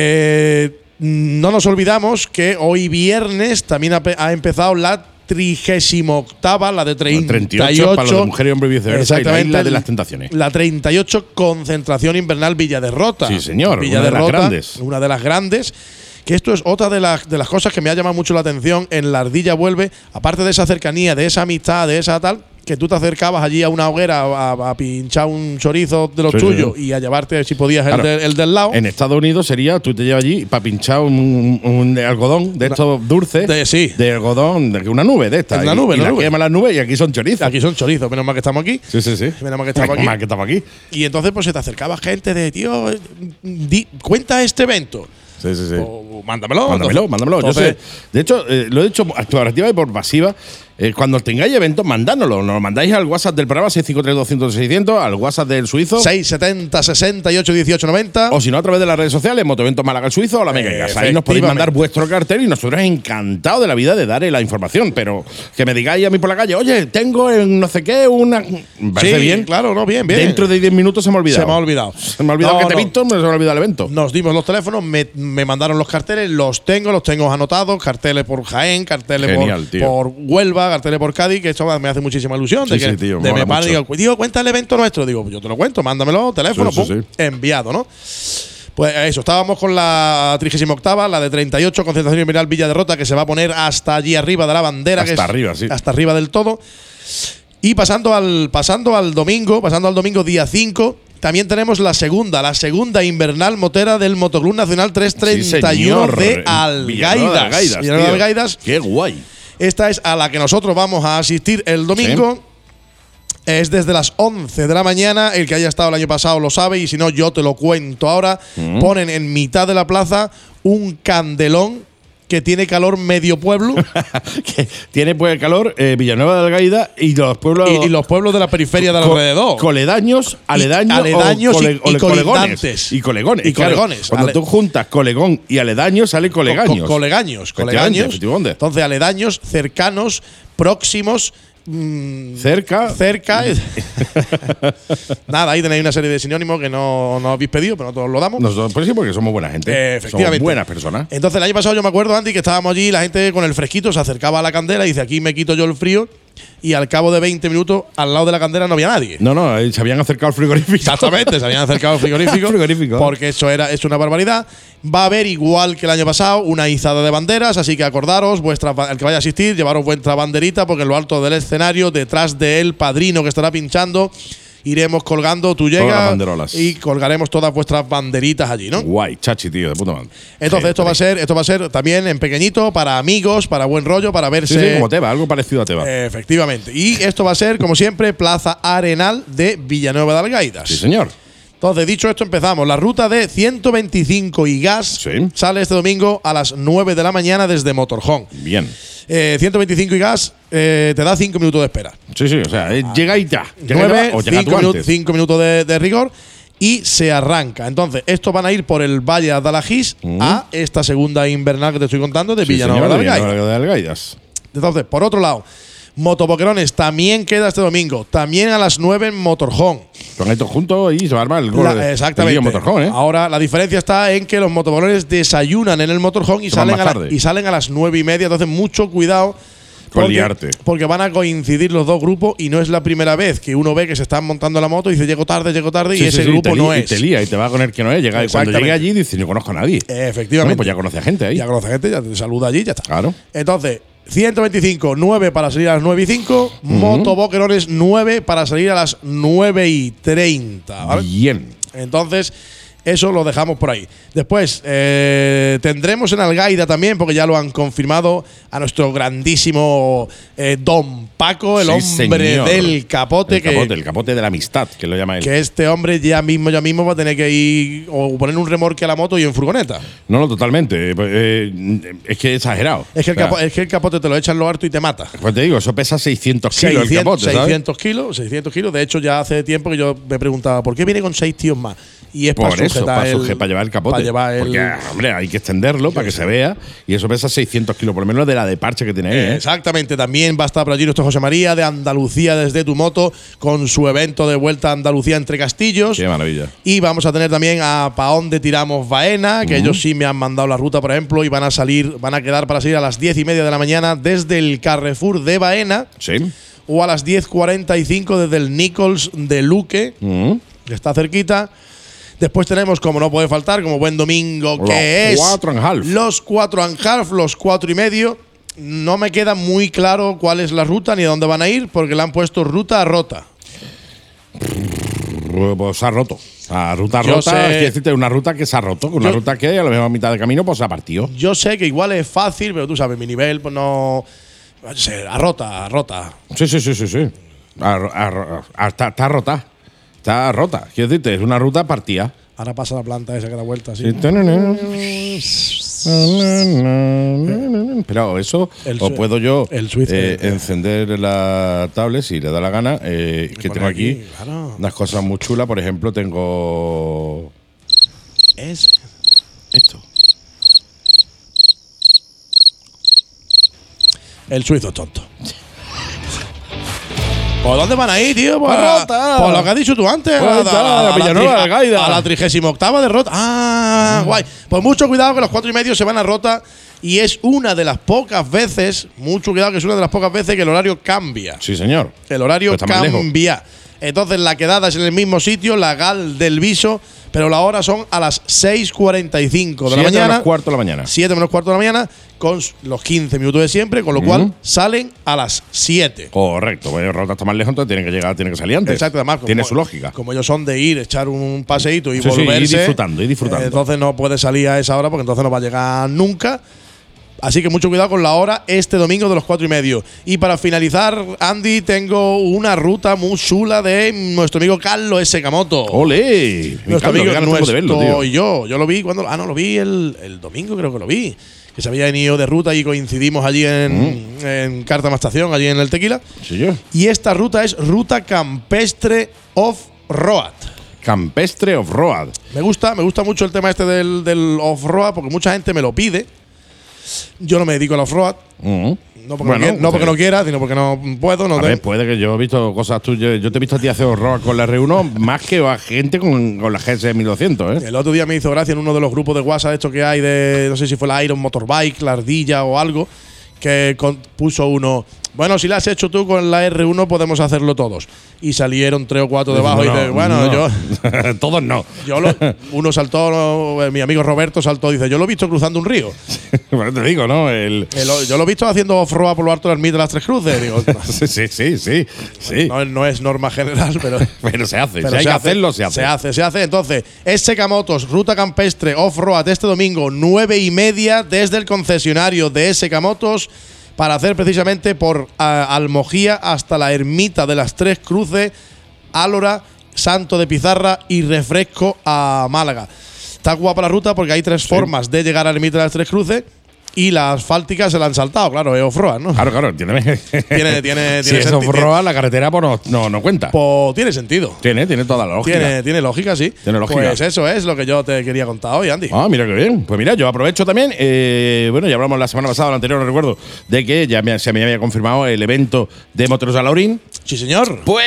No nos olvidamos que hoy viernes también ha empezado la 38ª, la de 38 para lo de mujer y hombre y viceversa. Exactamente, la de las tentaciones. La 38 concentración invernal Villaderrota. Sí, señor. Villaderrota, una de las grandes. Una de las grandes. Que esto es otra de las cosas que me ha llamado mucho la atención en La Ardilla Vuelve, aparte de esa cercanía, de esa amistad, de esa tal, que tú te acercabas allí a una hoguera a pinchar un chorizo de los tuyos y a llevarte, si podías, el del lado. En Estados Unidos sería, tú te llevas allí para pinchar un algodón de estos dulces. De algodón, de una nube de esta. Una nube, y la queman las nubes y aquí son chorizos. Aquí son chorizos, menos mal que estamos aquí. Sí. Menos mal que estamos aquí. Y entonces pues se te acercaba gente de, tío, cuenta este evento. Sí. O mándamelo. Entonces, yo sé. De hecho, lo he dicho activa y por pasiva. Cuando tengáis eventos, mandádnoslo. Nos lo mandáis al WhatsApp del programa 653-200-600, al WhatsApp del Suizo 670 68 18 90. O si no, a través de las redes sociales, Motoeventos Málaga el Suizo o la Mega Gas. Ahí nos podéis mandar vuestro cartel y nosotros encantados de la vida de darle la información. Pero que me digáis a mí por la calle, oye, tengo en no sé qué una. Me parece bien. Claro, no, bien. Dentro de 10 minutos se me ha olvidado. Se me ha olvidado que te he visto, se me ha olvidado el evento. Nos dimos los teléfonos, me mandaron los carteles, los tengo anotados. Carteles por Jaén, carteles por Huelva, carteles por Cádiz, que eso me hace muchísima ilusión. Tío, de me padre, digo, cuenta el evento nuestro. Digo, yo te lo cuento, mándamelo, teléfono, enviado, ¿no? Pues eso, estábamos con la 38ª, la de 38, concentración invernal Villaderrota, que se va a poner hasta allí arriba de la bandera. Hasta arriba del todo. Y pasando al domingo día 5, también tenemos la segunda invernal motera del Motoclub Nacional 331 de Algaidas. Qué guay. Esta es a la que nosotros vamos a asistir el domingo. Es desde las 11 de la mañana. El que haya estado el año pasado lo sabe, y si no, yo te lo cuento ahora. Ponen en mitad de la plaza un candelón que tiene calor medio pueblo. Que tiene pues calor Villanueva de Algaida y los pueblos y los pueblos de la periferia de alrededor. Coledaños, aledaños y colegones. Y colegones. Cuando tú juntas colegón y aledaños, sale colegaños. Colegaños. Entonces, aledaños, cercanos, próximos. Cerca. Nada, ahí tenéis una serie de sinónimos que no habéis pedido, pero nosotros lo damos. Nosotros, pues sí, porque somos buena gente. Efectivamente. Somos buenas personas. Entonces, el año pasado yo me acuerdo, Andy, que estábamos allí, la gente con el fresquito se acercaba a la candela y dice, aquí me quito yo el frío. Y al cabo de 20 minutos, al lado de la candela no había nadie. No, se habían acercado al frigorífico. Exactamente, se habían acercado al frigorífico. Porque eso es una barbaridad. Va a haber, igual que el año pasado, una izada de banderas, así que acordaros, el que vaya a asistir, llevaros vuestra banderita, porque en lo alto del escenario, detrás del padrino que estará pinchando, iremos colgando, tú llegas y colgaremos todas vuestras banderitas allí, ¿no? Guay, chachi, tío, de puta madre. Entonces esto va a ser también en pequeñito, para amigos, para buen rollo, para verse. Sí, como Teba, algo parecido a Teba. Efectivamente. Y esto va a ser, como siempre, Plaza Arenal de Villanueva de Algaidas. Sí, señor. Entonces, dicho esto, empezamos. La ruta de 125 y gas sale este domingo a las 9 de la mañana desde Motorhome. Bien. 125 y gas te da 5 minutos de espera. Sí, o sea, llega y ya. 5 minutos de rigor y se arranca. Entonces, estos van a ir por el Valle de Adalagís a esta segunda invernal que te estoy contando de Villanueva de Algaidas. Entonces, por otro lado, Motoboquerones también queda este domingo. También a las 9 en Motorhome. Con estos juntos y se va a armar el gol. Exactamente. Motorhome, Ahora, la diferencia está en que los motoboquerones desayunan en el Motorhome y salen a las 9:30. Entonces, mucho cuidado. Porque van a coincidir los dos grupos y no es la primera vez que uno ve que se están montando la moto y dice llego tarde y ese grupo no es. Y te lía y te va a poner que no es. Cuando llegue allí dice no conozco a nadie. Efectivamente. Bueno, pues ya conoce a gente ahí. Ya te saluda allí, ya está. Claro. Entonces, 125, 9 para salir a las 9:05. Motoboquerones 9 para salir a las 9:30. ¿Vale? Bien. Entonces, Eso lo dejamos por ahí. Después tendremos en Algaida también, porque ya lo han confirmado, a nuestro grandísimo Don Paco, el hombre señor. del capote. El capote de la amistad, que lo llama él. Que este hombre ya mismo va a tener que ir o poner un remolque a la moto y en furgoneta. No, totalmente. Es que es exagerado. Es que el capote te lo echan lo harto y te mata. Pues te digo, eso pesa 600 kilos el capote, ¿sabes? 600 kilos. De hecho, ya hace tiempo que yo me preguntaba, ¿por qué viene con 6 tíos más? Y es Por para eso, para llevar el capote. Porque, hombre, hay que extenderlo para que se vea. Y eso pesa 600 kilos, por lo menos de la de parche que tiene ahí. Exactamente. También va a estar por allí nuestro José María de Andalucía desde tu moto, con su evento de vuelta a Andalucía entre castillos. Qué maravilla. Y vamos a tener también a Pa' Onde Tiramos Baena, que ellos sí me han mandado la ruta, por ejemplo, y van a quedar para salir a las 10:30 de la mañana desde el Carrefour de Baena. Sí. O a las 10:45 desde el Nichols de Luque, que está cerquita. Después tenemos, como no puede faltar, como buen domingo, que es los 4,5. Los 4,5, los 4,5. No me queda muy claro cuál es la ruta ni a dónde van a ir, porque le han puesto ruta a rota. Pues se ha roto. La ruta Yo rota, sé- quiere decirte una ruta que se ha roto. Una ruta que a lo mejor a mitad de camino pues se ha partido. Yo sé que igual es fácil, pero tú sabes, mi nivel, pues no. No sé, a rota. Sí. Está rota. Está rota. Quiero decirte, es una ruta partida. Ahora pasa la planta esa que da vuelta así. Pero eso, o puedo yo encender la tablet si le da la gana. Que tengo aquí claro. unas cosas muy chulas. Por ejemplo, tengo esto. El suizo es tonto. ¿Por dónde van a ir, tío? Por Rota. Por lo que has dicho tú antes. A Villanueva de Algaida. A la 38ª de Rota. Guay. Pues mucho cuidado que los 4,5 se van a Rota. Y es una de las pocas veces, mucho cuidado que es una de las pocas veces que el horario cambia. Sí, señor. El horario Pero está más lejos. cambia. Entonces la quedada es en el mismo sitio, la Gal del Viso, pero la hora son a las 6:45 de la 7 mañana. menos cuarto de la mañana. 7 menos cuarto de la mañana, con los 15 minutos de siempre, con lo cual salen a las 7. Correcto. Pues Rota está más lejos, entonces tiene que salir antes. Exacto, además. Tiene su lógica. Como ellos son de ir, echar un paseíto y Sí, volverse. ir disfrutando. Entonces no puede salir a esa hora porque entonces no va a llegar nunca. Así que mucho cuidado con la hora este domingo de los 4:30. Y para finalizar, Andy, tengo una ruta muy chula de nuestro amigo Carlos S. Camoto. ¡Ole! Nuestro amigo, de verlo, tío. y yo lo vi cuando. No, lo vi el domingo, creo que lo vi. Que se había ido de ruta y coincidimos allí en Cártama Estación, allí en el Tequila. Sí, yo. Y esta ruta es Ruta Campestre Off-Road. Campestre Off-Road. Me gusta mucho el tema este del off-road porque mucha gente me lo pide. Yo no me dedico al off-road. No porque no quiera, sino porque no puedo. A ver, puede que yo he visto cosas tuyas. Yo te he visto a ti hacer off-road con la R1 más que a gente con la GS 1200, ¿eh? El otro día me hizo gracia en uno de los grupos de WhatsApp estos que hay de, no sé si fue la Iron Motorbike, la Ardilla o algo, que puso uno, bueno, si la has hecho tú con la R1 podemos hacerlo todos. Y salieron 3 o 4 debajo y dice, bueno, yo… Todos no. Uno saltó, mi amigo Roberto saltó, dice, yo lo he visto cruzando un río. Bueno, te digo, ¿no? Yo lo he visto haciendo off-road por lo alto de la ermita de las Tres Cruces. Digo, sí. No es norma general, pero… Pero se hace. Si hay que hacerlo, se hace. Se hace. Entonces, SK Motos, Ruta Campestre Off-Road este domingo, 9:30 desde el concesionario de SK Motos, para hacer precisamente por Almojía hasta la ermita de las Tres Cruces, Álora, Santo de Pizarra y Refresco a Málaga. Está guapa la ruta porque hay 3 formas de llegar a la ermita de las Tres Cruces y la asfáltica se la han saltado, claro, es off-road, ¿no? Claro, tiene si es off-road, la carretera pues no cuenta. Pues tiene sentido. Tiene toda la lógica. Tiene lógica, sí. Tiene lógica. Pues eso es lo que yo te quería contar hoy, Andy. Mira qué bien. Pues mira, yo aprovecho también. Bueno, ya hablamos la semana pasada, la anterior, no recuerdo, de que ya se me había confirmado el evento de Moteros de Alhaurín. Sí, señor. Pues,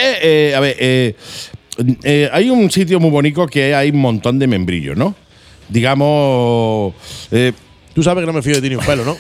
hay un sitio muy bonito que hay un montón de membrillos, ¿no? Digamos. Tú sabes que no me fío de ti ni un pelo, ¿no?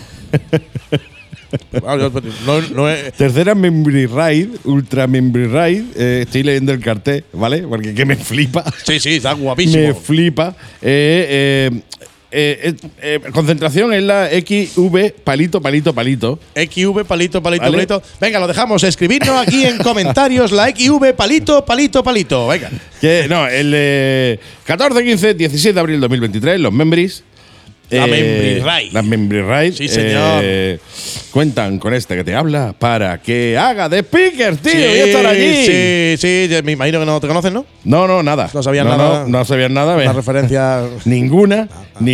Tercera Membri Ride, Ultra Membri Ride. Estoy leyendo el cartel, ¿vale? Porque que me flipa. Sí, está guapísimo. Me flipa. concentración en la XV palito. XV palito. ¿Vale? Venga, lo dejamos. Escribirnos aquí en comentarios la XV palito. Venga. Que no, el 14, 15, 16 de abril de 2023, los Membris. La Membri Ride. Las Membri Ride. Sí, señor. Cuentan con este que te habla para que haga de speaker, tío, y estar allí. Sí, me imagino que no te conocen, ¿no? No, nada. No sabían nada. No sabían nada. Una referencia. Ninguna.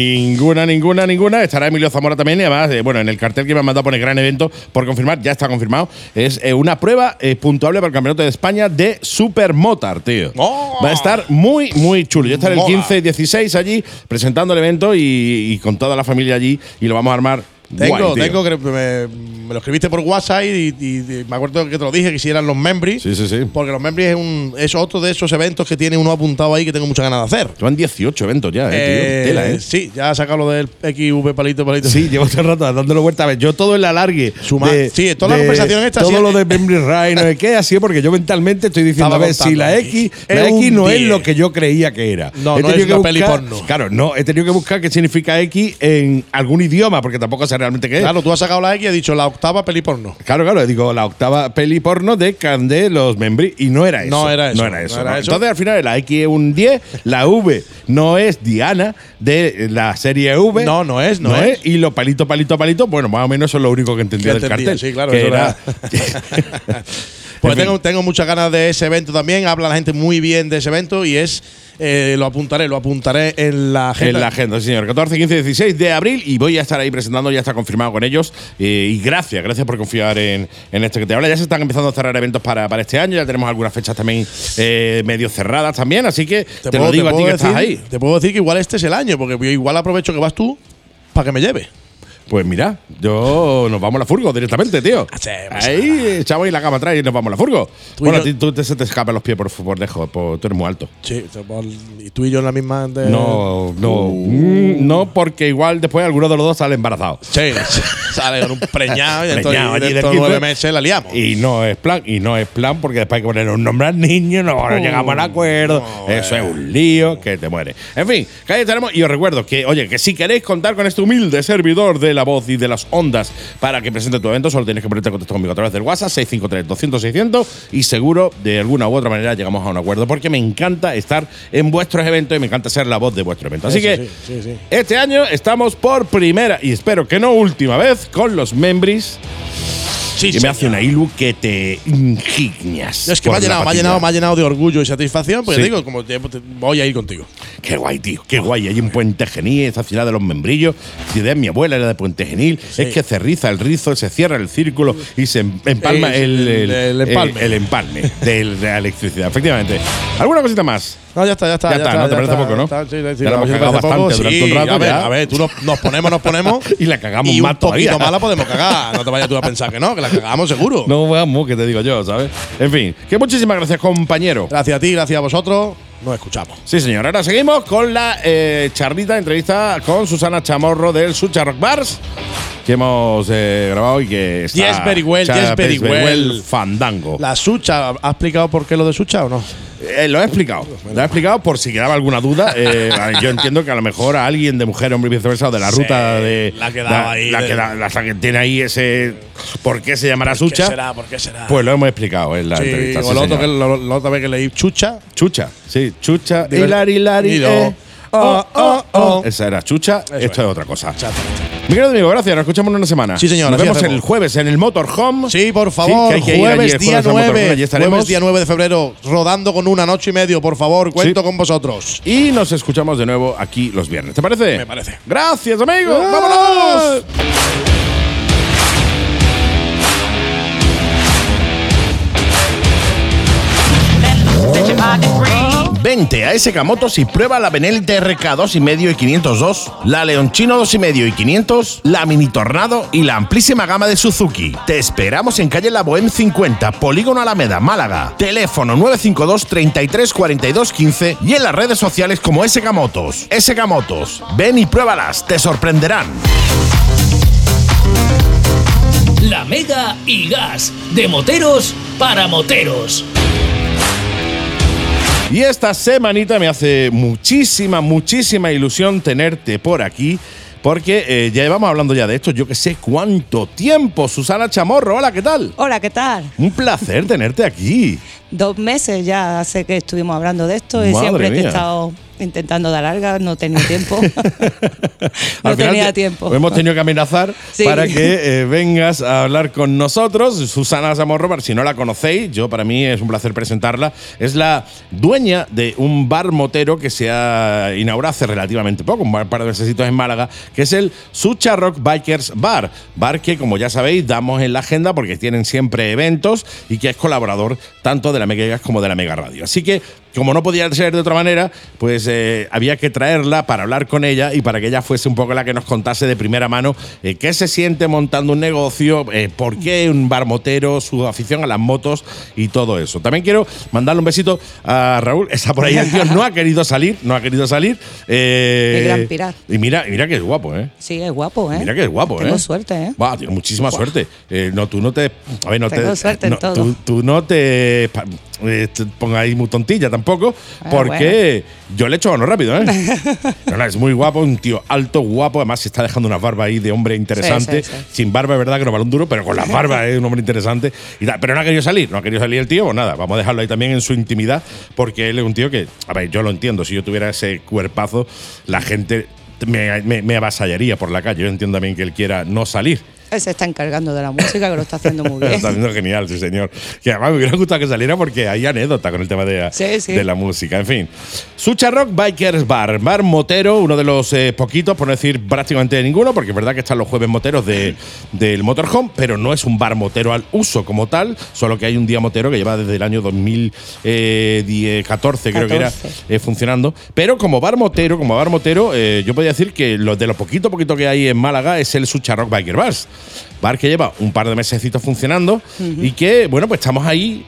Estará Emilio Zamora también. Y además, bueno, en el cartel que me han mandado pone gran evento por confirmar, ya está confirmado. Es una prueba puntuable para el Campeonato de España de Supermotard, tío. ¡Oh! Va a estar muy, muy chulo. Yo estaré el Mola. 15 y 16 allí presentando el evento y con toda la familia allí y lo vamos a armar. Tengo, guay, me lo escribiste por WhatsApp y me acuerdo que te lo dije, que si eran los Membris. Sí. Porque los Membris es otro de esos eventos que tiene uno apuntado ahí que tengo muchas ganas de hacer. Van 18 eventos ya, tío. Tela, Sí, ya ha sacado lo del XV palito. Sí, llevo todo el rato dándole vuelta. A ver, yo todo el alargue. Sí, toda la conversación esta. Todo lo de Membri Ray, no sé qué, así porque yo mentalmente estoy diciendo, Estaba a ver, si la X no es lo que yo creía que era. No, no es una peli porno. Claro, no, he tenido que buscar qué significa X en algún idioma, porque tampoco sé realmente qué es. Claro, tú has sacado la X y has dicho la octava peli porno. Claro, digo, la octava peli porno de los Membri, y no era eso. No era eso. Entonces, al final, la X es un 10, la V no es Diana de la serie V. No es. Y lo palito, bueno, más o menos eso es lo único que entendía del cartel. Sí, claro, que eso era. Pues tengo muchas ganas de ese evento también. Habla la gente muy bien de ese evento y lo apuntaré en la agenda. En la agenda, sí, señor. 14, 15, 16 de abril y voy a estar ahí presentando, ya está confirmado con ellos. Y gracias por confiar en este que te habla. Ya se están empezando a cerrar eventos para este año, ya tenemos algunas fechas también medio cerradas también, así que te lo digo a ti que estás ahí. Te puedo decir que igual este es el año, porque yo igual aprovecho que vas tú para que me lleve. Pues mira, nos vamos a la furgo directamente, tío. Ahí echamos ahí la cama atrás y nos vamos a la furgo. Bueno, se te escapan los pies por dejo, tú eres muy alto. Sí, y tú y yo en la misma. No, porque igual después alguno de los dos sale embarazado. Sí, sale con un preñado y dentro de 9 meses la liamos. Y no es plan, porque después hay que poner un nombre al niño, no llegamos al acuerdo. Eso es un lío que te muere. En fin, que ahí estaremos. Y os recuerdo que, oye, que si queréis contar con este humilde servidor de la voz y de las ondas para que presente tu evento, solo tienes que ponerte en contacto conmigo a través del WhatsApp 653-200-600 y seguro de alguna u otra manera llegamos a un acuerdo, porque me encanta estar en vuestros eventos y me encanta ser la voz de vuestro evento. Así que este año estamos por primera y espero que no última vez con los Membris. Y me hace una ilu que te indignas. Es que me ha llenado de orgullo y satisfacción, porque digo, como voy a ir contigo. Qué guay, tío, qué guay. Hay un Puente Genil, esta ciudad de los membrillos. Ciudad de mi abuela era de Puente Genil. Sí. Es que se riza el rizo, se cierra el círculo y se empalma el empalme de la electricidad. Efectivamente. ¿Alguna cosita más? No, ya está. ¿No te parece poco, no? Sí, ya la hemos cagado bastante durante un rato. A ver, tú nos ponemos y la cagamos y más un poquito todavía. más la podemos cagar. No te vayas tú a pensar que no, que la cagamos seguro. No, vamos, que te digo yo, ¿sabes? En fin, que muchísimas gracias, compañero. Gracias a ti, gracias a vosotros. Nos escuchamos. Sí, señor. Ahora seguimos con la charlita, entrevista con Susana Chamorro del Sucha Rock Bars, que hemos grabado y que está… Yes, very well. Fandango. La Sucha, ¿ha explicado por qué lo de Sucha o no? Lo he explicado. Lo he explicado por si quedaba alguna duda. Yo entiendo que a lo mejor a alguien de mujer, hombre y viceversa, o de la ruta de… La quedaba ahí. La que tiene ahí ese… ¿Por qué se llamará Sucha? ¿Por qué será? Pues lo hemos explicado en la entrevista. Sí, la otra vez que leí Chucha. Chucha, sí. Chucha. Hilari. Esa era Chucha. Esto es otra cosa. Mi querido amigo, gracias. Nos escuchamos en una semana. Sí, señor. Nos vemos el jueves en el Motorhome. Sí, por favor. Sí, que hay que jueves, día 9. Allí estaremos. Jueves, día 9 de febrero. Rodando con una noche y medio, por favor. Cuento con vosotros. Y nos escuchamos de nuevo aquí los viernes. ¿Te parece? Me parece. Gracias, amigo. ¡Vámonos! Vente a SK Motos y prueba la Benelli RK 2.5 y 502, la Leonchino 2.5 y 500, la Mini Tornado y la amplísima gama de Suzuki. Te esperamos en calle La Bohème 50, Polígono Alameda, Málaga. Teléfono 952 33 42 15 y en las redes sociales como SK Motos. SK Motos, ven y pruébalas, te sorprenderán. La Mega y Gas, de moteros para moteros. Y esta semanita me hace muchísima ilusión tenerte por aquí. Porque ya llevamos hablando ya de esto, yo que sé cuánto tiempo. Susana Chamorro, hola, ¿qué tal? Hola, ¿qué tal? Un placer tenerte aquí. 2 meses ya hace que estuvimos hablando de esto y Madre siempre te he mía. estado intentando dar larga, no he tenido tiempo. Al final tenía tiempo. Hemos tenido que amenazar Sí. para que vengas a hablar con nosotros. Susana Chamorro, si no la conocéis, para mí es un placer presentarla. Es la dueña de un bar motero que se ha inaugurado hace relativamente poco, un par de mesecitos en Málaga, que es el Sucha Rock Bikers Bar. Bar que, como ya sabéis, damos en la agenda porque tienen siempre eventos y que es colaborador tanto de la Mega Gas como de la Mega Radio. Así que, como no podía ser de otra manera, pues había que traerla para hablar con ella y para que ella fuese un poco la que nos contase de primera mano qué se siente montando un negocio, por qué un bar motero, su afición a las motos y todo eso. También quiero mandarle un besito a Raúl, está por ahí el tío, no ha querido salir. El gran Pilar. Y mira que es guapo, ¿eh? Sí, es guapo, ¿eh? Mira que es guapo, Tengo suerte, ¿eh? Buah, tienes muchísima suerte. No, tú no te. A ver, no Tengo te. suerte en no, todo. Tú no te pongas ahí muy tontilla tampoco, porque yo le echo mano rápido, ¿eh? No, es muy guapo, un tío alto, guapo. Además, se está dejando una barba ahí de hombre interesante. Sí. Sin barba, es verdad que no vale un duro, pero con la barba es un hombre interesante. Y pero no ha querido salir el tío, pues nada, vamos a dejarlo ahí también en su intimidad, porque él es un tío que, a ver, yo lo entiendo, si yo tuviera ese cuerpazo, la gente me avasallaría por la calle. Yo entiendo también que él quiera no salir. Él se está encargando de la música, que lo está haciendo muy Lo bien. está haciendo genial, sí, señor. Que además me hubiera gustado que saliera porque hay anécdota con el tema de la música. En fin. Sucha Rock Bikers Bar. Bar motero, uno de los poquitos, por no decir prácticamente ninguno, porque es verdad que están los jueves moteros del motorhome, pero no es un bar motero al uso como tal, solo que hay un día motero que lleva desde el año 2014, creo que era, funcionando. Pero como bar motero, yo podría decir que de los poquito que hay en Málaga es el Sucha Rock Bikers Bars. Bar que lleva un par de mesecitos funcionando y que, bueno, pues estamos ahí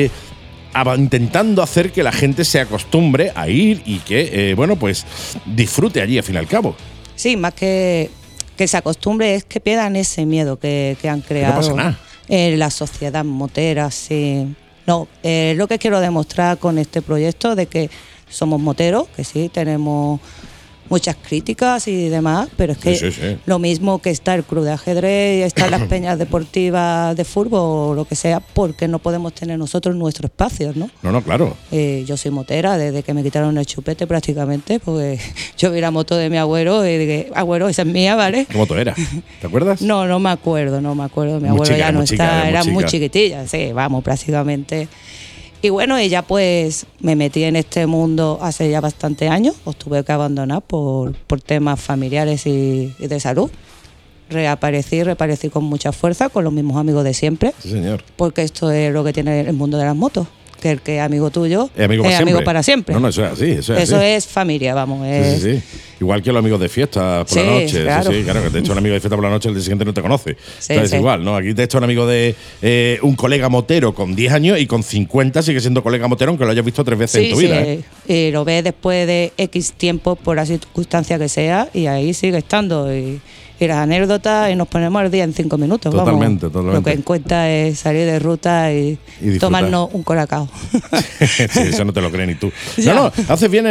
intentando hacer que la gente se acostumbre a ir y que, bueno, pues disfrute allí al fin y al cabo. Sí, más que se acostumbre, es que pierdan ese miedo que han creado. No pasa nada. La sociedad motera, sí. No, lo que quiero demostrar con este proyecto de que somos moteros, que sí, tenemos muchas críticas y demás, pero es que lo mismo que está el club de ajedrez y están las peñas deportivas de fútbol o lo que sea, porque no podemos tener nosotros nuestro espacio, ¿no? No, claro. Yo soy motera desde que me quitaron el chupete prácticamente, porque yo vi la moto de mi abuelo y dije, abuelo, esa es mía, ¿vale? ¿Qué moto era? ¿Te acuerdas? No me acuerdo. Mi abuelo chica, ya no chica, está, era muy chica. chiquitilla, sí, vamos, prácticamente. Y bueno, y ya pues me metí en este mundo hace ya bastante años, os tuve que abandonar por temas familiares y de salud. Reaparecí con mucha fuerza, con los mismos amigos de siempre. Sí, señor. Porque esto es lo que tiene el mundo de las motos, que el que es amigo tuyo es amigo para siempre. No, eso es así. Eso es familia, vamos. Sí. Igual que los amigos de fiesta por la noche. Claro. Sí, claro, que te echa un amigo de fiesta por la noche, el día siguiente no te conoce. Sí, Entonces igual, ¿no? Aquí te echa un amigo de un colega motero con 10 años y con 50 sigue siendo colega motero, aunque lo hayas visto 3 veces en tu vida. Y lo ves después de X tiempo, por la circunstancia que sea, y ahí sigue estando. Y las anécdotas, y nos ponemos al día en 5 minutos. Totalmente. Lo que en cuenta es salir de ruta y tomarnos un colacao. Sí, eso no te lo crees ni tú. No, haces bien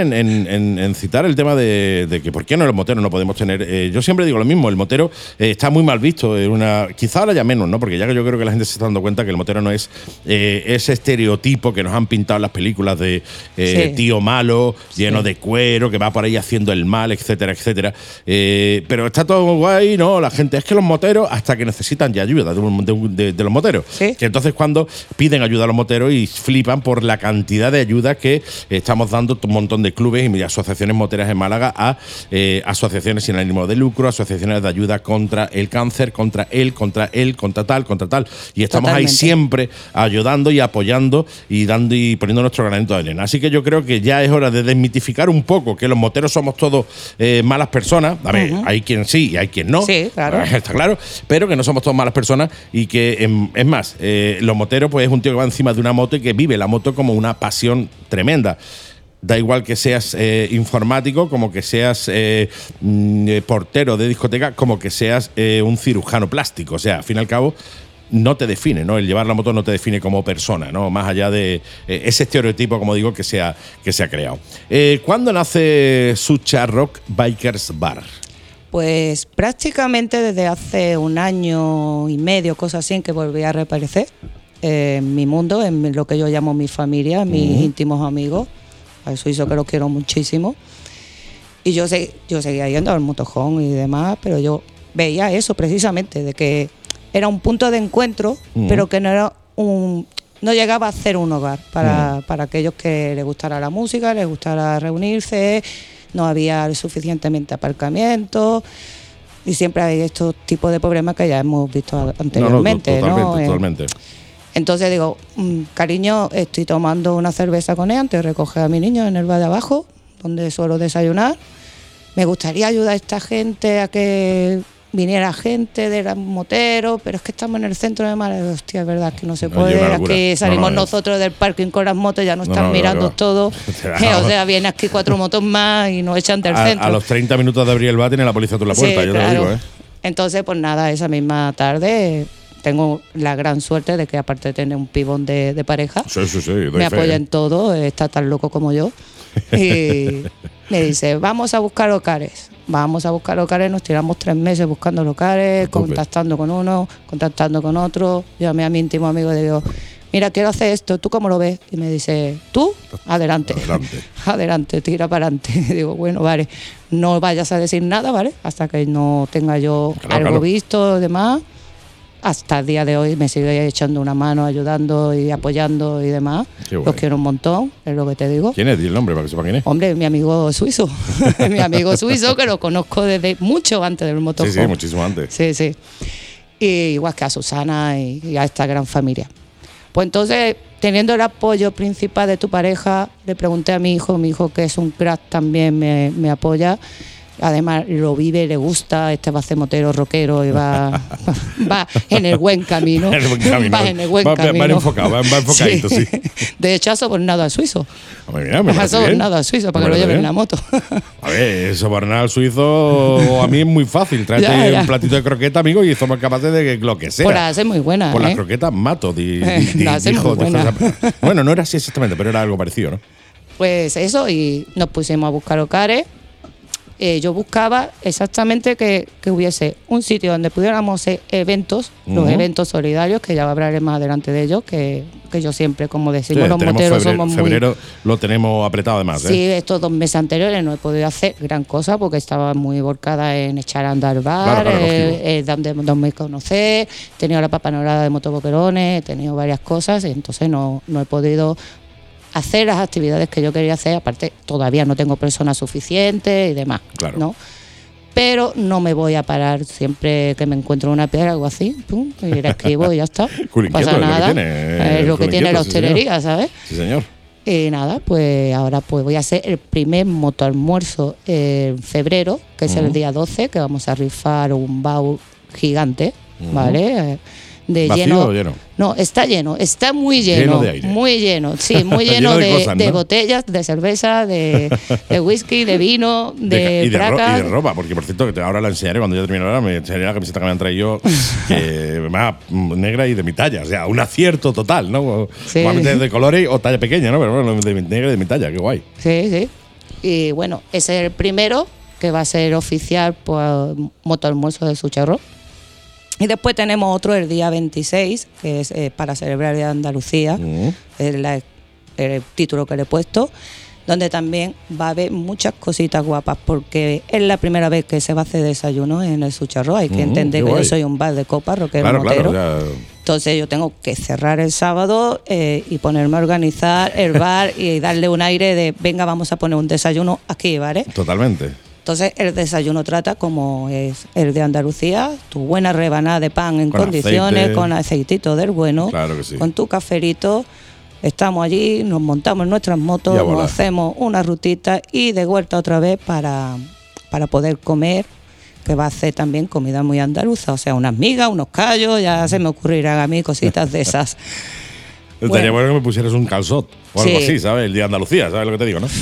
en citar el tema de que por qué no los moteros no podemos tener. Yo siempre digo lo mismo, el motero está muy mal visto. Quizá ahora ya menos, ¿no? Porque ya que yo creo que la gente se está dando cuenta que el motero no es ese estereotipo que nos han pintado en las películas de tío malo, lleno de cuero, que va por ahí haciendo el mal, etcétera, etcétera. Pero está todo guay. No, la gente es que los moteros hasta que necesitan ya ayuda de los moteros. ¿Sí? Que entonces cuando piden ayuda a los moteros y flipan por la cantidad de ayuda que estamos dando un montón de clubes y asociaciones moteras en Málaga a asociaciones sin ánimo de lucro, asociaciones de ayuda contra el cáncer, contra tal. Y estamos Totalmente. ahí siempre ayudando y apoyando y dando y poniendo nuestro granito de arena. Así que yo creo que ya es hora de desmitificar un poco que los moteros somos todos malas personas. A ver, hay quien sí y hay quien no. Sí, claro. Está claro, pero que no somos todos malas personas y que, es más, los moteros pues es un tío que va encima de una moto y que vive la moto como una pasión tremenda. Da igual que seas informático, como que seas portero de discoteca, como que seas un cirujano plástico. O sea, al fin y al cabo, no te define, ¿no? El llevar la moto no te define como persona, ¿no? Más allá de ese estereotipo, como digo, que se ha creado. ¿Cuándo nace Sucha Rock Bikers Bar? Pues prácticamente desde hace 1 año y medio, cosas así, en que volví a reaparecer en mi mundo, en lo que yo llamo mi familia, mis íntimos amigos. Al suizo, que lo quiero muchísimo. Y yo seguía yendo al motorhome y demás, pero yo veía eso precisamente, de que era un punto de encuentro, pero que no era no llegaba a ser un hogar para aquellos que les gustara la música, les gustara reunirse. No había suficientemente aparcamiento y siempre hay estos tipos de problemas que ya hemos visto anteriormente. Totalmente. Entonces digo, cariño, estoy tomando una cerveza con él antes de recoger a mi niño en el bar de abajo, donde suelo desayunar. Me gustaría ayudar a esta gente, a que viniera gente de los moteros, pero es que estamos en el centro de Málaga. Hostia, es verdad que no se puede. Aquí salimos nosotros del parking con las motos, ya nos están mirando todo. O sea, vienen aquí 4 motos más y nos echan del centro. A los 30 minutos de abrir el bar tiene la policía a la puerta, sí, yo claro. te lo digo, Entonces, pues nada, esa misma tarde tengo la gran suerte de que, aparte de tener un pibón de pareja, me apoya en todo, está tan loco como yo. Y me dice, vamos a buscar locales. Nos tiramos 3 meses buscando locales, contactando con uno, contactando con otro. Llamé a mi íntimo amigo y le digo, mira, quiero hacer esto, ¿tú cómo lo ves? Y me dice, ¿tú? Adelante, tira para adelante. Y digo, bueno, vale, no vayas a decir nada, ¿vale? Hasta que no tenga yo algo visto y demás. Hasta el día de hoy me sigue echando una mano, ayudando y apoyando y demás. Los quiero un montón, es lo que te digo. ¿Quién es? Di el nombre para que sepa quién es. Hombre, mi amigo suizo. Mi amigo suizo, que lo conozco desde mucho antes del motorhome. Sí, muchísimo antes. Sí. Y igual que a Susana y a esta gran familia. Pues entonces, teniendo el apoyo principal de tu pareja, le pregunté a mi hijo que es un crack también, me apoya. Además lo vive, le gusta, va a ser motero, rockero y va en el buen camino. Va en el buen camino. Va enfocadito, sí. De hecho, ha sobornado al suizo. Ha sobornado al suizo para que lo lleven en la moto. A ver, sobornar al suizo a mí es muy fácil. Tráete un platito de croqueta, amigo, y somos capaces de lo que sea. Por la hace muy buena. Por las croquetas mato. La hace muy buena. Bueno, no era así exactamente, pero era algo parecido, ¿no? Pues eso, y nos pusimos a buscar locales. Yo buscaba exactamente que hubiese un sitio donde pudiéramos hacer eventos, los eventos solidarios, que ya hablaré más adelante de ellos, que yo siempre, como decimos los moteros, somos muy... Febrero lo tenemos apretado además. Sí, estos 2 meses anteriores no he podido hacer gran cosa porque estaba muy volcada en echar a andar el bar, donde conocer, he tenido la papanolada de motoboquerones, he tenido varias cosas y entonces no he podido hacer las actividades que yo quería hacer. Aparte, todavía no tengo personas suficientes y demás, claro. ¿no? Pero no me voy a parar siempre que me encuentro una piedra o algo así, pum, y la esquivo y ya está. No pasa nada. Es lo que tiene la hostelería, ¿sabes? Sí, señor. Y nada, pues ahora pues voy a hacer el primer motoalmuerzo en febrero, que es el día 12, que vamos a rifar un baúl gigante, ¿vale? ¿Vacío o lleno? No, está lleno, está muy lleno. Lleno de aire. Muy lleno, sí, muy lleno de cosas, ¿no? de botellas, de cerveza, de whisky, de vino, de placas. Y de ropa, porque por cierto, que ahora la enseñaré cuando ya termine ahora, me enseñaré la camiseta que me han traído que más negra y de mi talla, o sea, un acierto total, ¿no? Sí. Igualmente de colores o talla pequeña, ¿no? Pero bueno, de negra y de mi talla, qué guay. Sí. Y bueno, ese es el primero que va a ser oficial por motoalmuerzo de Sucha Rock. Y después tenemos otro el día 26, que es para celebrar el Día de Andalucía, es el título que le he puesto, donde también va a haber muchas cositas guapas, porque es la primera vez que se va a hacer desayuno en el Sucha Rock. Hay que entender que yo soy un bar de copas, rockero, motero. Claro. Entonces yo tengo que cerrar el sábado y ponerme a organizar el bar y darle un aire de, venga, vamos a poner un desayuno aquí, ¿vale? Totalmente. Entonces el desayuno trata como es el de Andalucía, tu buena rebanada de pan en condiciones, aceite, con aceitito del bueno, claro que sí, con tu cafelito. Estamos allí, nos montamos en nuestras motos, nos hacemos una rutita y de vuelta otra vez para poder comer, que va a hacer también comida muy andaluza, o sea, unas migas, unos callos, ya se me ocurrirán a mí cositas de esas. Estaría bueno que me pusieras un calzot o algo así, ¿sabes? El día de Andalucía, ¿sabes lo que te digo, no?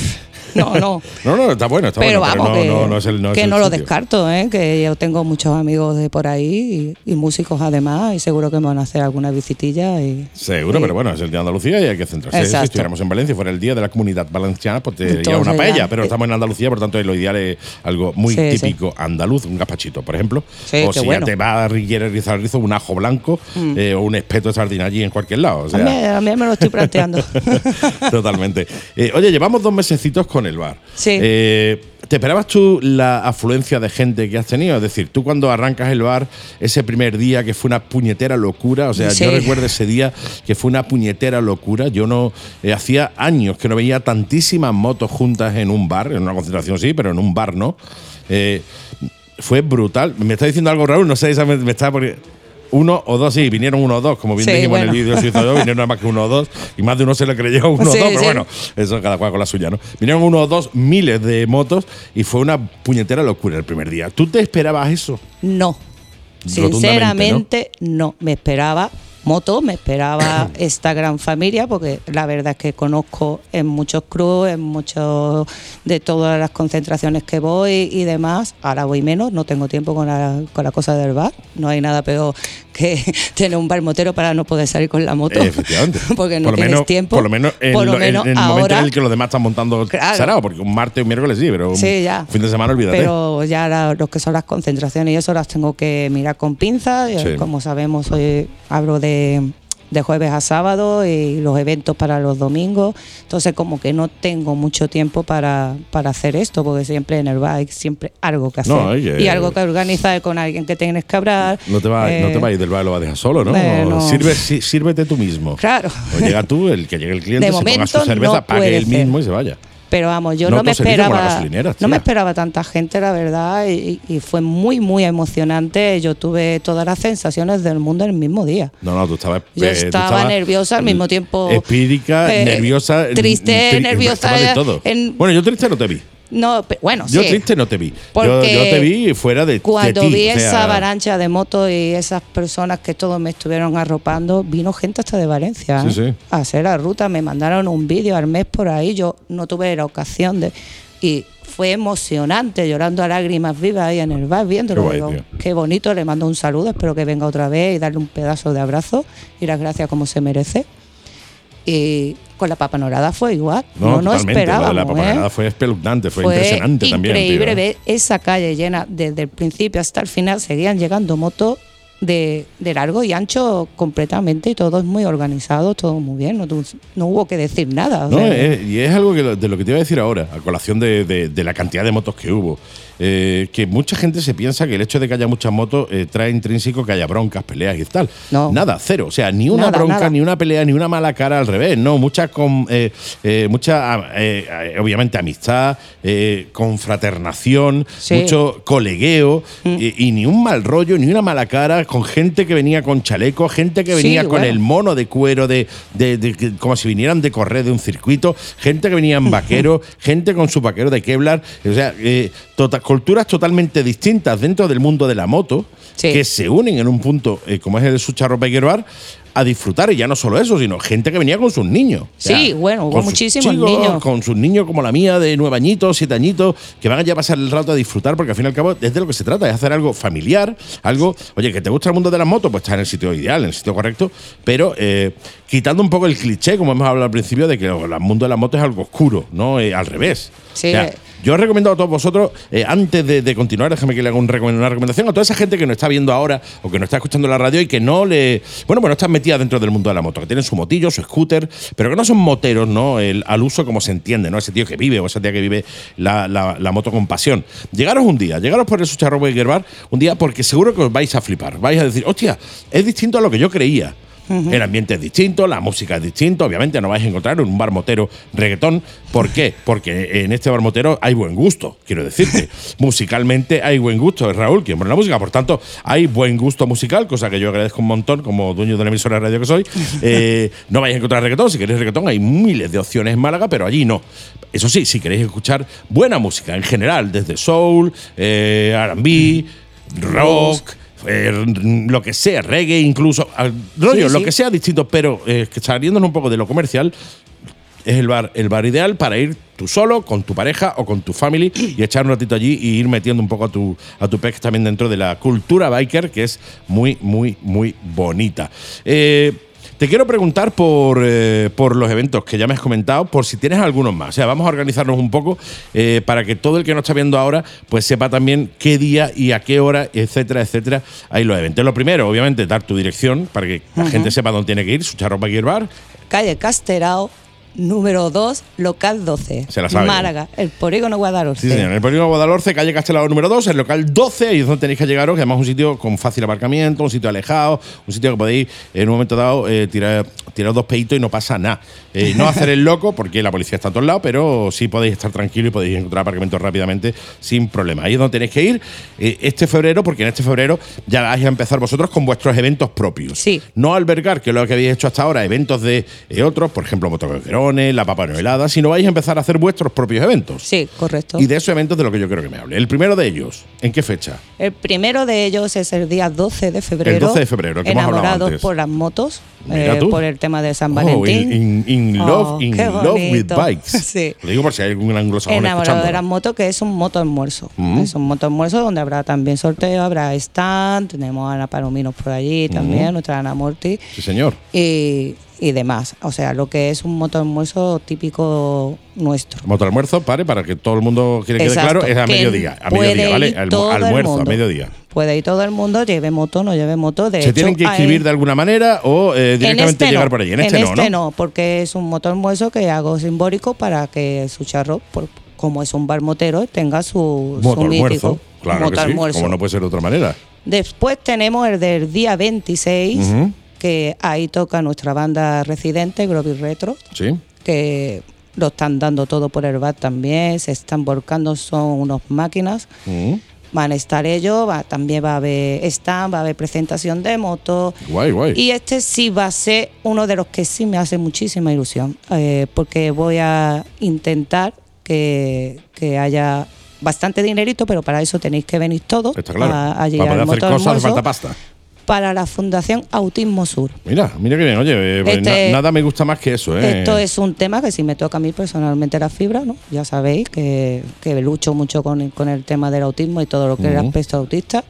No. No, está bueno, Pero bueno. vamos, Pero no es el que no lo sitio. descarto, que yo tengo muchos amigos de por ahí y músicos además, y seguro que me van a hacer alguna visitilla. Seguro, pero bueno, es el día de Andalucía y hay que centrarse. Exacto. Si estuviéramos en Valencia y fuera el día de la Comunidad Valenciana, pues te Entonces, lleva una paella, ya, pero estamos en Andalucía, por tanto lo ideal es algo muy Sí, típico andaluz, un gazpachito, por ejemplo. Sí, o qué si bueno. ya te va a rizar el rizo, un ajo blanco o un espeto de sardina allí en cualquier lado. O sea, A mí me lo estoy planteando. totalmente. Oye, llevamos 2 mesecitos con el bar. Sí. ¿Te esperabas tú la afluencia de gente que has tenido? Es decir, tú cuando arrancas el bar, ese primer día que fue una puñetera locura, o sea, Sí. yo recuerdo ese día que fue una puñetera locura. Yo no hacía años que no veía tantísimas motos juntas en un bar, en una concentración sí, pero en un bar no. Fue brutal. Me está diciendo algo, Raúl, no sé, me está porque 1 o 2, sí, vinieron 1 o 2, como bien Sí, dijimos bueno. en el vídeo, vinieron nada más que 1 o 2, y más de uno se le creyó 1 o Sí, 2, pero sí. bueno, eso cada cual con la suya, ¿no? Vinieron 1 o 2, miles de motos, y fue una puñetera locura el primer día. ¿Tú te esperabas eso? No. Rotundamente, Sinceramente, no. Me esperaba moto, me esperaba esta gran familia, porque la verdad es que conozco en muchos crews, en muchos de todas las concentraciones que voy y demás. Ahora voy menos, no tengo tiempo con la cosa del bar. No hay nada peor que tener un bar motero para no poder salir con la moto. Efectivamente. Porque no Por lo tienes menos, tiempo. Por lo menos en el momento ahora, en el que los demás están montando Claro. sarao, porque un martes o un miércoles sí, pero Sí, ya. un fin de semana olvídate. pero ya los que son las concentraciones y eso las tengo que mirar con pinzas. Sí. Como sabemos, hoy hablo de jueves a sábado y los eventos para los domingos. Entonces, como que no tengo mucho tiempo para hacer esto, porque siempre en el bar hay siempre algo que hacer. No, y algo que organizar con alguien que tienes que hablar. No te vas a ir del bar y lo vas a dejar solo, ¿no? no. Sírvete tú mismo. Claro. O llega tú, el que llegue el cliente, De se ponga momento su cerveza, no pague puede él ser. mismo y se vaya. Pero vamos, yo No no me todo servicio como las esperaba, gasolineras, no me tía. esperaba tanta gente, la verdad, y fue muy, muy emocionante. Yo tuve todas las sensaciones del mundo el mismo día. No, tú estabas. Yo estaba nerviosa al mismo tiempo. Espírica, nerviosa. Triste, nerviosa. De todo. Bueno, yo triste no te vi. No, bueno, Yo sí. triste no te vi. Yo Porque te vi fuera de Cuando de ti, vi o sea, esa avalancha de motos y esas personas que todos me estuvieron arropando, vino gente hasta de Valencia Sí, sí. a hacer la ruta. Me mandaron un vídeo al mes por ahí. Yo no tuve la ocasión de. Y fue emocionante, llorando a lágrimas vivas ahí en el bar, viéndolo. Qué guay, Digo, tío. qué bonito, le mando un saludo, espero que venga otra vez y darle un pedazo de abrazo y las gracias como se merece. Y con la papanorada fue igual. No totalmente. esperábamos. Lo de la papanorada fue espeluznante, fue Fue impresionante también. increíble tío. ver esa calle llena desde el principio hasta el final. Seguían llegando motos de largo y ancho completamente y todo es muy organizado, todo muy bien. No hubo que decir nada. o No, sea, y es algo de lo que te iba a decir ahora, a colación de la cantidad de motos que hubo. Que mucha gente se piensa que el hecho de que haya muchas motos trae intrínseco que haya broncas, peleas y tal. No. Nada, cero. O sea, ni una Nada, bronca, nada. ni una pelea, ni una mala cara, al revés. No, mucha obviamente amistad, confraternación, Sí. mucho colegueo y ni un mal rollo, ni una mala cara, con gente que venía con chaleco, gente que Sí, venía con bueno. el mono de cuero como si vinieran de correr de un circuito, gente que venía en vaquero, gente con su vaquero de Kevlar, o sea, culturas totalmente distintas dentro del mundo de la moto, Sí. que se unen en un punto como es el de Sucharro Biker Bar a disfrutar, y ya no solo eso, sino gente que venía con sus niños. Sí, bueno, hubo con sus muchísimos chicos, niños. con sus niños como la mía de 9 añitos, 7 añitos, que van allá a pasar el rato a disfrutar, porque al fin y al cabo es de lo que se trata, es hacer algo familiar, algo, oye, que te gusta el mundo de las motos, pues estás en el sitio ideal, en el sitio correcto, pero quitando un poco el cliché, como hemos hablado al principio, de que el mundo de las motos es algo oscuro, ¿no? Al revés. Sí. O sea, yo os recomiendo a todos vosotros, antes de continuar, déjame que le haga una recomendación a toda esa gente que nos está viendo ahora o que nos está escuchando en la radio y que no está metida dentro del mundo de la moto, que tienen su motillo, su scooter, pero que no son moteros, ¿no? Al uso como se entiende, ¿no? Ese tío que vive o esa tía que vive la moto con pasión. Llegaros por el Sucharro Biker Bar un día, porque seguro que os vais a flipar. Vais a decir, hostia, es distinto a lo que yo creía. El ambiente es distinto, la música es distinta. Obviamente no vais a encontrar en un bar motero reggaetón. ¿Por qué? Porque en este bar motero hay buen gusto, quiero decirte. Musicalmente hay buen gusto. Es Raúl quien pone la música. Por tanto, hay buen gusto musical, cosa que yo agradezco un montón como dueño de una emisora de radio que soy. No vais a encontrar reggaetón. Si queréis reggaetón, hay miles de opciones en Málaga, pero allí no. Eso sí, si queréis escuchar buena música en general, desde soul, R&B, rock, lo que sea, reggae incluso, rollo, Sí, lo sí. que sea distinto, pero que saliéndonos un poco de lo comercial, es el bar ideal para ir tú solo, con tu pareja o con tu family y echar un ratito allí y ir metiendo un poco a tu pez también dentro de la cultura biker, que es muy, muy, muy bonita. Te quiero preguntar por los eventos que ya me has comentado, por si tienes algunos más. O sea, vamos a organizarnos un poco para que todo el que nos está viendo ahora pues sepa también qué día y a qué hora, etcétera, etcétera, hay los eventos. Lo primero, obviamente, dar tu dirección para que la gente sepa dónde tiene que ir. Sucharros Biker Bar. Calle Casterao, número 2, local 12. Se la sabe. Málaga, el Polígono Guadalhorce. Sí, señor. En el Polígono Guadalhorce, calle Castelao número 2, el local 12, ahí es donde tenéis que llegaros, que además es un sitio con fácil aparcamiento, un sitio alejado, un sitio que podéis en un momento dado tirar 2 peitos y no pasa nada. No hacer el loco, porque la policía está a todos lados, pero sí podéis estar tranquilos y podéis encontrar aparcamientos rápidamente sin problema. Ahí es donde tenéis que ir este febrero, porque en este febrero ya vais a empezar vosotros con vuestros eventos propios. Sí. No albergar, que es lo que habéis hecho hasta ahora, eventos de otros, por ejemplo, Motocoquerones, la Papa Noelada, sino vais a empezar a hacer vuestros propios eventos. Sí, correcto. Y de esos eventos de lo que yo quiero que me hable. El primero de ellos, ¿en qué fecha? El primero de ellos es el día 12 de febrero. El 12 de febrero, que hemos hablado Enamorados antes. por las motos, Mira tú. por el tema de San Valentín. In love qué with bonito. bikes. Sí. Lo digo por si hay algún anglosajón Enamorado escuchando. de las motos, que es un moto almuerzo. Es un moto almuerzo donde habrá también sorteo, habrá stand, tenemos a Ana Palominos por allí también, nuestra Ana Morti. Sí, señor. Y demás. O sea, lo que es un moto almuerzo típico nuestro. Moto almuerzo, para que todo el mundo quede Exacto, claro, es a que mediodía. A puede mediodía, ¿vale? ir todo el Almuerzo, a mundo. mediodía. Puede ir todo el mundo, lleve moto, no lleve moto. De ¿Se hecho, tienen que inscribir de alguna manera o directamente llegar por allí? En este no, porque es un moto almuerzo que hago simbólico para que su charro, como es un bar motero, tenga su Moto mítico almuerzo, claro moto que sí, almuerzo. como no puede ser de otra manera. Después tenemos el del día 26, que ahí toca nuestra banda residente, Groovy Retro, Sí. que lo están dando todo por el bar también, se están volcando, son unas máquinas. Van a estar ellos, también va a haber stand, va a haber presentación de motos. Guay. Y este sí va a ser uno de los que sí me hace muchísima ilusión, porque voy a intentar que haya bastante dinerito, pero para eso tenéis que venir todos. Está claro. Allí Para al poder hacer Moto cosas hace Almuerzo, falta pasta. para la Fundación Autismo Sur. Mira que bien, oye, pues nada me gusta más que eso. Esto es un tema que sí me toca a mí personalmente la fibra, ¿no? Ya sabéis que lucho mucho con el tema del autismo y todo lo que es el aspecto autista,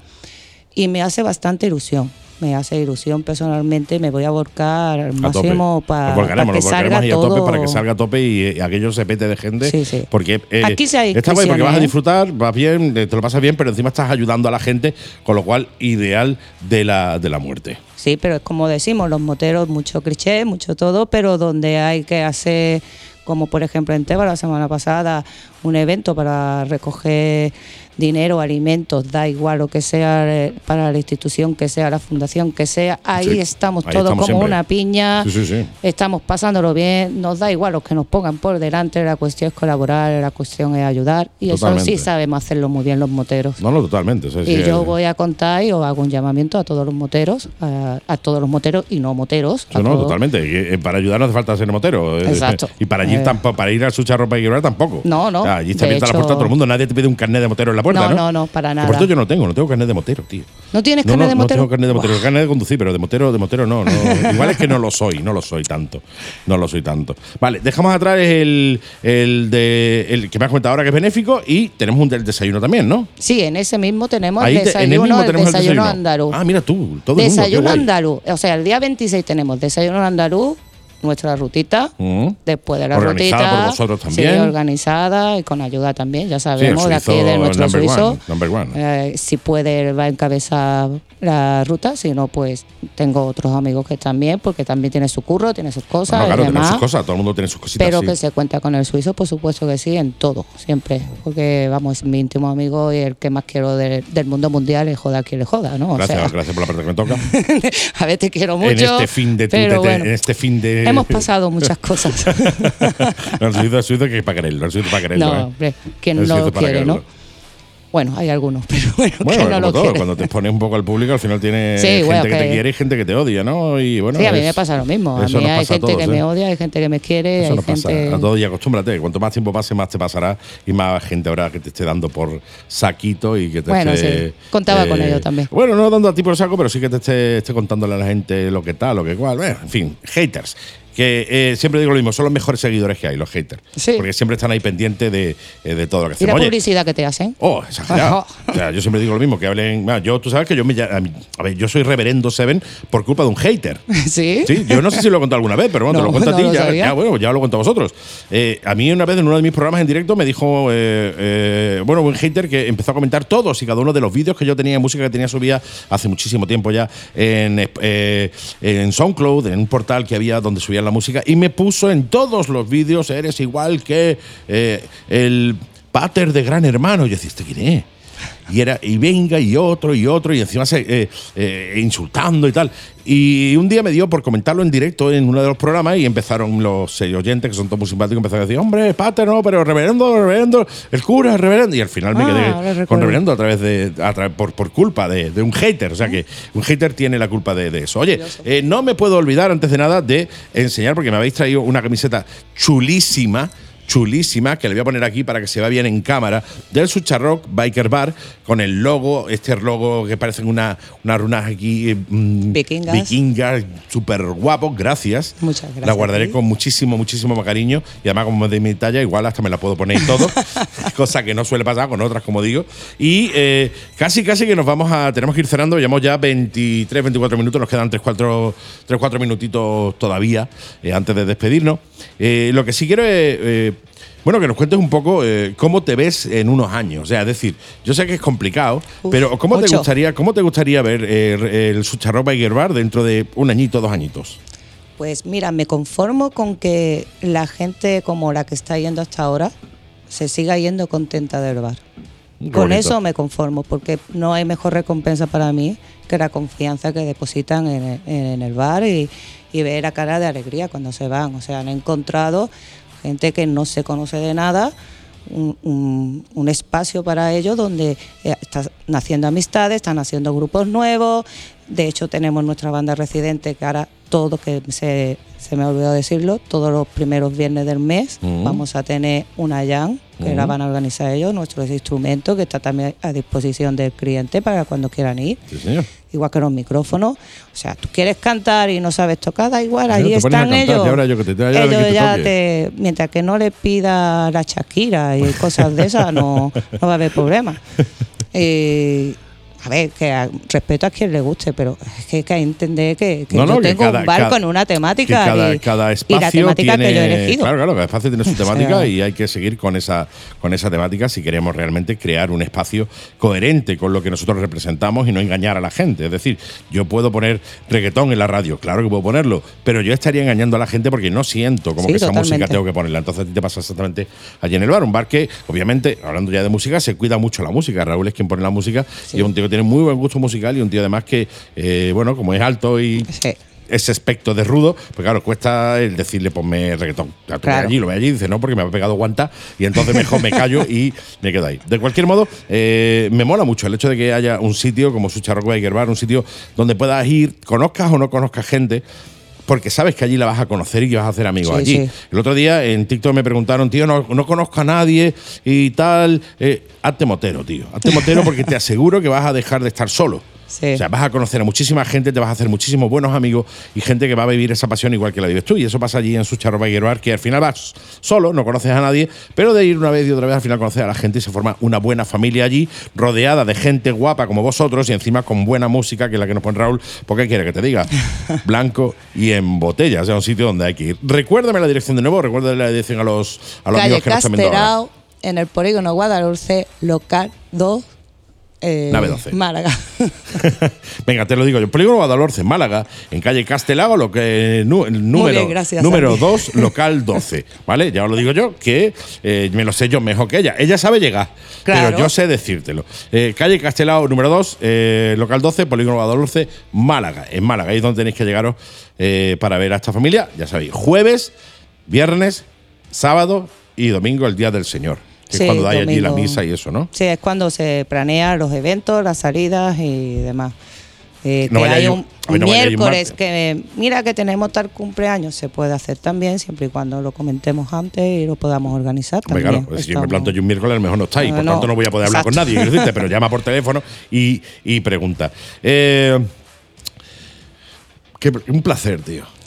y me hace bastante ilusión. Me hace ilusión personalmente, me voy a volcar al máximo para que salga y a todo. tope, para que salga a tope y aquello se pete de gente. Sí. Porque Aquí sí hay está guay porque vas a inscripciones, disfrutar, vas bien, te lo pasas bien, pero encima estás ayudando a la gente, con lo cual ideal de la muerte. Sí, pero es como decimos, los moteros, mucho cliché, mucho todo, pero donde hay que hacer, como por ejemplo en Teba la semana pasada, un evento para recoger dinero, alimentos, da igual lo que sea, para la institución que sea, la fundación que sea, ahí estamos todos como siempre. una piña, Sí. estamos pasándolo bien, nos da igual los que nos pongan por delante, la cuestión es colaborar, la cuestión es ayudar, y Totalmente. eso sí sabemos hacerlo muy bien los moteros. No, totalmente. Y yo voy a contar y os hago un llamamiento a todos los moteros, a todos los moteros y no moteros. No, totalmente. Para ayudar no hace falta ser motero. Exacto. Y para allí tampoco, para ir al Sucharros Biker Bar tampoco. No. O sea, allí está De abierta la hecho- puerta a todo el mundo. Nadie te pide un carnet de motero en la puerta, ¿no? No, para Por nada. cierto, yo no tengo carnet de motero, tío. ¿No tienes carnet de motero? No tengo carnet de motero. Carnet de conducir, pero de motero no. Igual es que no lo soy tanto. Vale, dejamos atrás el que me has comentado ahora, que es benéfico, y tenemos un del desayuno también, ¿no? Sí, en ese mismo tenemos Ahí el en el mismo desayuno, tenemos el desayuno andaluz. Ah, mira tú, todo el mundo, qué Desayuno guay. andaluz. O sea, el día 26 tenemos desayuno andaluz, nuestra rutita. Después de la Organizada rutita. por vosotros también. Sí, organizada y con ayuda también, ya Sí, el sabemos, de aquí suizo de nuestro suizo. number one. Si puede, va a encabezar la ruta. Si no, pues tengo otros amigos que también, porque también tiene su curro, tiene sus cosas. Bueno, claro, y tiene demás. sus cosas, todo el mundo tiene sus cositas. Pero sí. que se cuenta con el suizo, por supuesto que sí, en todo, siempre. Porque, vamos, es mi íntimo amigo y el que más quiero del mundo mundial, le joda a quien le joda, ¿no? Gracias, O sea, gracias por la parte que me toca. a ver, te quiero mucho. En este fin de pero bueno, en este fin de hemos pasado muchas cosas. No, el suizo que es para quererlo, el suizo es para quererlo. No, hombre, quien El no suizo lo para quiere, quererlo. ¿no? Bueno, hay algunos, pero bueno, Bueno, que no como lo todo, quiere. cuando te expones un poco al público, al final tienes Sí, gente bueno, que te que- quiere y gente que te odia, ¿no? Y bueno, Sí, a mí me pasa lo mismo. A eso mí nos hay pasa a gente todos, que me odia, hay gente que me quiere, Eso hay no pasa gente… a todos, y acostúmbrate. Cuanto más tiempo pase, más te pasará y más gente habrá que te esté dando por saquito y que te Bueno, esté… sí. Contaba con ello también. Bueno, no dando a ti por saco, pero sí que te esté contándole a la gente lo que tal, lo que cual. Bueno, en fin, haters. que siempre digo lo mismo, son los mejores seguidores que hay, los haters. Sí. Porque siempre están ahí pendientes de todo lo que ¿Y la hacemos. publicidad que te hacen? Oh, exagerado. O sea, yo siempre digo lo mismo, que hablen. Bueno, tú sabes que yo soy Reverendo Seven por culpa de un hater. ¿Sí? Sí, yo no sé si lo he contado alguna vez, pero bueno, te lo cuento a ti. Ya lo he contado a vosotros. A mí una vez en uno de mis programas en directo me dijo, un hater que empezó a comentar todos y cada uno de los vídeos que yo tenía, música que tenía subida hace muchísimo tiempo ya en SoundCloud, en un portal que había donde subían la música, y me puso en todos los vídeos, eres igual que el pater de Gran Hermano. Y yo decía, ¿este quién es? Y venga, y otro, y encima insultando y tal. Y un día me dio por comentarlo en directo en uno de los programas y empezaron los oyentes, que son todos muy simpáticos, empezaron a decir, hombre, pater, no, pero reverendo, el cura, reverendo. Y al final me quedé con reverendo por culpa de un hater. O sea que un hater tiene la culpa de eso. Oye, no me puedo olvidar antes de nada de enseñar, porque me habéis traído una camiseta chulísima, que le voy a poner aquí para que se vea bien en cámara, del Sucharrock Biker Bar, con el logo, este logo que parecen unas runas aquí vikingas, súper guapos. Gracias. Muchas gracias. La guardaré con muchísimo cariño, y además como es de mi talla, igual hasta me la puedo poner y todo, cosa que no suele pasar con otras, como digo. Y casi que tenemos que ir cerrando, llevamos ya 23, 24 minutos, nos quedan 3-4 minutitos todavía antes de despedirnos. Lo que sí quiero es que nos cuentes un poco cómo te ves en unos años. O sea, es decir, yo sé que es complicado, pero ¿cómo te gustaría ver el Sucharrock Biker Bar dentro de un añito, 2 añitos? Pues mira, me conformo con que la gente como la que está yendo hasta ahora se siga yendo contenta del bar. Con eso me conformo, porque no hay mejor recompensa para mí que la confianza que depositan en el bar y ver la cara de alegría cuando se van. O sea, han encontrado gente que no se conoce de nada, un espacio para ellos donde están naciendo amistades, están haciendo grupos nuevos. De hecho, tenemos nuestra banda residente que ahora se me ha olvidado decirlo, todos los primeros viernes del mes vamos a tener una jam que la van a organizar ellos, nuestros instrumentos, que está también a disposición del cliente para cuando quieran ir. Sí, señor. Igual que los micrófonos. O sea, tú quieres cantar y no sabes tocar, da igual, allí están ellos. Mientras que no le pida la Shakira y cosas de esas, no va a haber problema. A ver, que respeto a quien le guste, pero es que hay que entender que yo tengo un bar con una temática cada espacio y la temática tiene, que yo he elegido. Claro, cada espacio tiene su temática y hay que seguir con esa temática si queremos realmente crear un espacio coherente con lo que nosotros representamos y no engañar a la gente. Es decir, yo puedo poner reggaetón en la radio, claro que puedo ponerlo, pero yo estaría engañando a la gente porque no siento como que esa música tengo que ponerla. Entonces a ti te pasa exactamente allí en el bar. Un bar que, obviamente, hablando ya de música, se cuida mucho la música. Raúl es quien pone la música y es un tío que tiene muy buen gusto musical y un tío además que, como es alto y ese aspecto de rudo, pues claro, cuesta el decirle ponme reggaetón. Claro. Lo ve allí y dice no, porque me ha pegado guanta y entonces mejor me callo y me quedo ahí. De cualquier modo, me mola mucho el hecho de que haya un sitio como Sucharrock Biker Bar, un sitio donde puedas ir, conozcas o no conozcas gente, porque sabes que allí la vas a conocer y que vas a hacer amigos allí. Sí. El otro día en TikTok me preguntaron, tío, no conozco a nadie y tal. Hazte motero, tío. Hazte motero porque te aseguro que vas a dejar de estar solo. Sí. O sea, vas a conocer a muchísima gente, te vas a hacer muchísimos buenos amigos y gente que va a vivir esa pasión igual que la vives tú. Y eso pasa allí en Sucharrock Biker Bar, que al final vas solo, no conoces a nadie, pero de ir una vez y otra vez al final conoces a la gente y se forma una buena familia allí, rodeada de gente guapa como vosotros y encima con buena música, que es la que nos pone Raúl. ¿Por qué quiere que te diga? Blanco y en botella. O sea, un sitio donde hay que ir. Recuérdame la dirección de nuevo, recuérdame la dirección a los amigos que nos están viendo ahora. En el polígono Guadalhorce, local 2. Nave 12. Málaga. Venga, te lo digo yo. Polígono Guadalhorce, Málaga, en calle Castelao, número 2, local 12. ¿Vale? Ya os lo digo yo, que me lo sé yo mejor que ella. Ella sabe llegar, claro, pero yo sé decírtelo. Calle Castelao, número 2, local 12, Polígono Guadalhorce, Málaga. En Málaga, ahí es donde tenéis que llegaros para ver a esta familia. Ya sabéis, jueves, viernes, sábado y domingo, el Día del Señor. Que es cuando hay allí la misa y eso, ¿no? Sí, es cuando se planean los eventos, las salidas y demás. Que hay un miércoles que mira que tenemos tal cumpleaños, se puede hacer también, siempre y cuando lo comentemos antes y lo podamos organizar también. Claro, pues si yo me planto yo un miércoles, a lo mejor no estáis, por tanto no voy a poder hablar con nadie, quiero decirte, pero llama por teléfono y pregunta. Un placer, tío.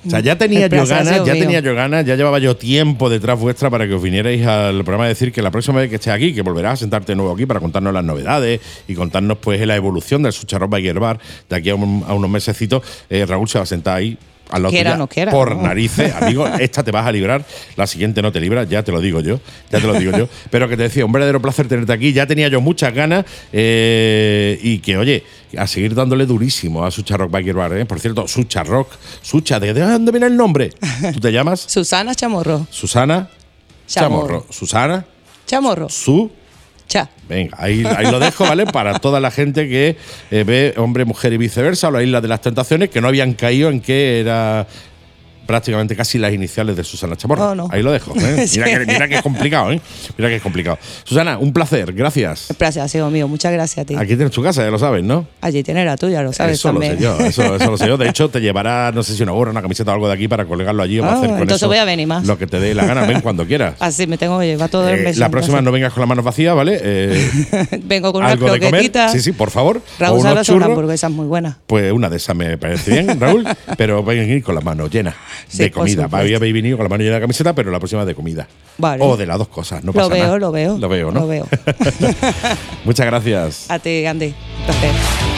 O sea, ya tenía yo ganas, ya llevaba yo tiempo detrás vuestra para que os vinierais al programa a decir que la próxima vez que estés aquí, que volverás a sentarte de nuevo aquí para contarnos las novedades y contarnos pues la evolución del Sucha Rock Biker Bar de aquí a unos mesecitos. Raúl se va a sentar ahí al lado tuya, no quiera, por no. Narices, amigo, esta te vas a librar, la siguiente no te libras, ya te lo digo yo. Pero que te decía, un verdadero placer tenerte aquí, ya tenía yo muchas ganas y que, oye, a seguir dándole durísimo a Sucha Rock Biker Bar, ¿eh? Por cierto, Sucha Rock, Sucha, ¿de dónde viene el nombre? ¿Tú te llamas? Susana Chamorro. Susana Chamorro. Susana Chamorro. Cha. Venga, ahí lo dejo, ¿vale? Para toda la gente que ve Hombre, Mujer y Viceversa, o La Isla de las Tentaciones, que no habían caído en que era prácticamente casi las iniciales de Susana Chamorro. Oh, no. Ahí lo dejo, ¿eh? Sí. Mira que es complicado, ¿eh? Mira que es complicado. Susana, un placer, gracias. El placer ha sido mío. Muchas gracias a ti. Aquí tienes tu casa, ya lo sabes, ¿no? Allí tienes la tuya, lo sabes eso también. Eso lo sé yo. De hecho, te llevará, no sé si una gorra, una camiseta o algo de aquí para colgarlo allí. O hacer con entonces eso voy a venir más. lo que te dé la gana, ven cuando quieras. Así me tengo que llevar todo el mes. La próxima no vengas con las manos vacías, ¿vale? Vengo con unas algo de comer. croquetitas. Sí, por favor. Raúl o sabe unos hacer unas churros. hamburguesas muy buenas. Pues una de esas me parece bien, Raúl, pero vengan a ir con las manos llenas de comida. Había venido con la mano llena de camiseta, pero la próxima de comida. Vale. O de las dos cosas, no pasa nada. Lo veo, ¿no? Lo veo. Muchas gracias. A ti, Andy. Placer.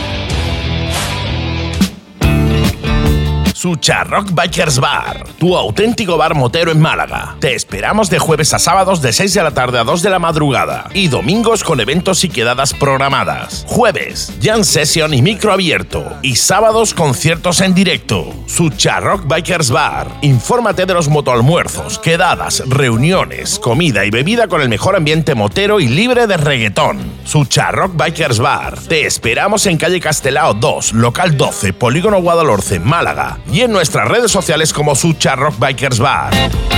Sucha Rock Bikers Bar, tu auténtico bar motero en Málaga. Te esperamos de jueves a sábados de 6 de la tarde a 2 de la madrugada y domingos con eventos y quedadas programadas. Jueves, jam session y micro abierto y sábados conciertos en directo. Sucha Rock Bikers Bar. Infórmate de los motoalmuerzos, quedadas, reuniones, comida y bebida con el mejor ambiente motero y libre de reggaetón. Sucha Rock Bikers Bar. Te esperamos en calle Castelao 2, local 12, Polígono Guadalhorce, Málaga. Y en nuestras redes sociales como Sucha Rock Bikers Bar.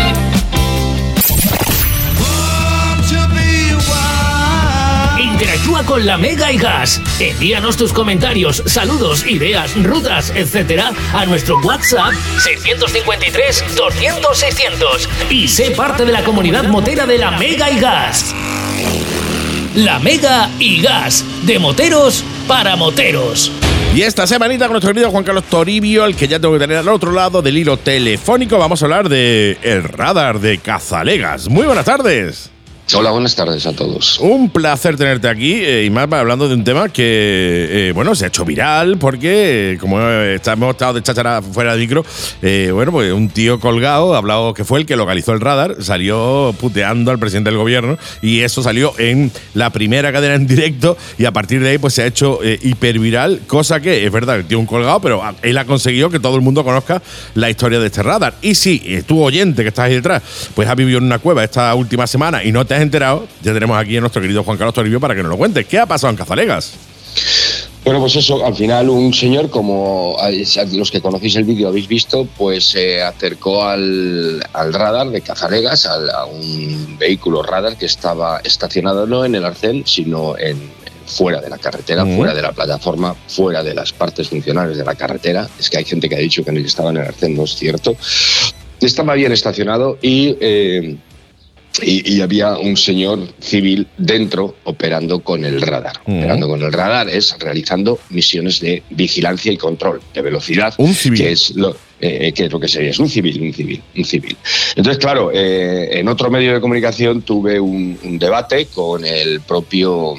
Interactúa con la Mega y Gas. Envíanos tus comentarios, saludos, ideas, rutas, etcétera a nuestro WhatsApp 653 200 600 y sé parte de la comunidad motera de la Mega y Gas. La Mega y Gas, de moteros para moteros. Y esta semanita con nuestro querido Juan Carlos Toribio, el que ya tengo que tener al otro lado del hilo telefónico, vamos a hablar de el radar de Cazalegas. Muy buenas tardes. Hola, buenas tardes a todos. Un placer tenerte aquí y más hablando de un tema que, se ha hecho viral porque, como hemos estado de cháchara fuera de micro, pues un tío colgado, hablado que fue el que localizó el radar, salió puteando al presidente del gobierno y eso salió en la primera cadena en directo y a partir de ahí pues se ha hecho hiperviral, cosa que es verdad, el tío un colgado, pero él ha conseguido que todo el mundo conozca la historia de este radar. Y si tú, oyente que estás ahí detrás, pues has vivido en una cueva esta última semana y no te has enterado, ya tenemos aquí a nuestro querido Juan Carlos Toribio para que nos lo cuentes. ¿Qué ha pasado en Cazalegas? Bueno, pues eso, al final un señor, como los que conocéis el vídeo habéis visto, pues se acercó al radar de Cazalegas, a un vehículo radar que estaba estacionado no en el arcén, sino fuera de la carretera, fuera de la plataforma, fuera de las partes funcionales de la carretera. Es que hay gente que ha dicho que estaba en el arcén, no es cierto. Estaba bien estacionado y había un señor civil dentro operando con el radar. Operando con el radar es realizando misiones de vigilancia y control de velocidad. Un civil. Que es lo que sería. Es un civil. Entonces, claro, en otro medio de comunicación tuve un debate con el propio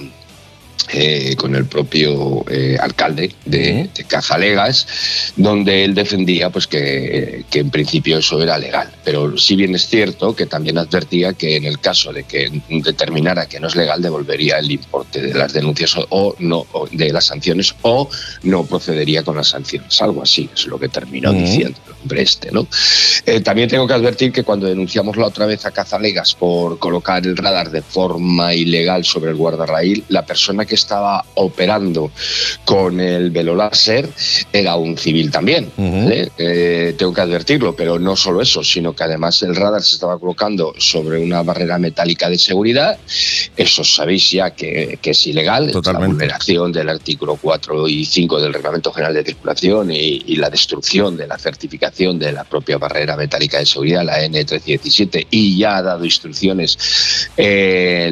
alcalde de Cazalegas, donde él defendía pues que en principio eso era legal, pero si bien es cierto que también advertía que en el caso de que determinara que no es legal, devolvería el importe de las denuncias o de las sanciones, o no procedería con las sanciones, algo así es lo que terminó diciendo el hombre ¿no? También tengo que advertir que cuando denunciamos la otra vez a Cazalegas por colocar el radar de forma ilegal sobre el guardarraíl, la persona que estaba operando con el veloláser era un civil también. Tengo que advertirlo, pero no solo eso, sino que además el radar se estaba colocando sobre una barrera metálica de seguridad. Eso sabéis ya que es ilegal. Totalmente. Es la vulneración del artículo 4 y 5 del Reglamento General de Circulación y la destrucción de la certificación de la propia barrera metálica de seguridad, la N1317, y ya ha dado instrucciones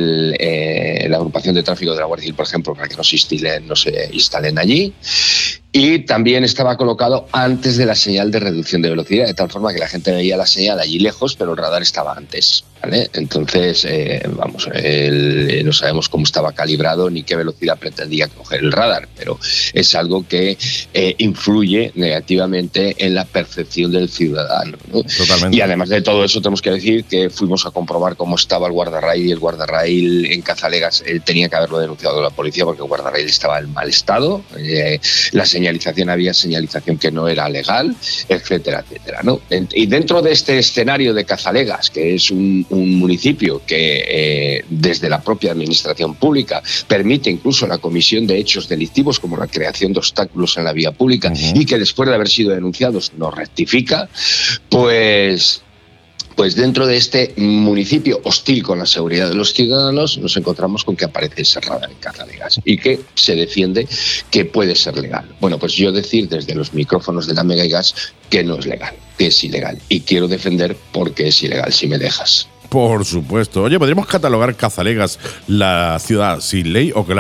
la agrupación de tráfico de la Guardia Civil, por ejemplo, para que no se instalen allí. y también estaba colocado antes de la señal de reducción de velocidad, de tal forma que la gente veía la señal allí lejos, pero el radar estaba antes, ¿vale? Entonces, no sabemos cómo estaba calibrado ni qué velocidad pretendía coger el radar, pero es algo que influye negativamente en la percepción del ciudadano, ¿no? Totalmente. Y además de todo eso, tenemos que decir que fuimos a comprobar cómo estaba el guardarraíl, y el guardarraíl en Cazalegas tenía que haberlo denunciado a la policía porque el guardarraíl estaba en mal estado, había señalización que no era legal, etcétera, etcétera, ¿no? Y dentro de este escenario de Cazalegas, que es un municipio que desde la propia administración pública permite incluso la comisión de hechos delictivos como la creación de obstáculos en la vía pública y que después de haber sido denunciados no rectifica, pues dentro de este municipio hostil con la seguridad de los ciudadanos nos encontramos con que aparece ese radar en Cazalegas y que se defiende que puede ser legal. Bueno, pues yo decir desde los micrófonos de la Mega y Gas que no es legal, que es ilegal, y quiero defender por qué es ilegal, si me dejas. Por supuesto. Oye, ¿podríamos catalogar Cazalegas la ciudad sin ley o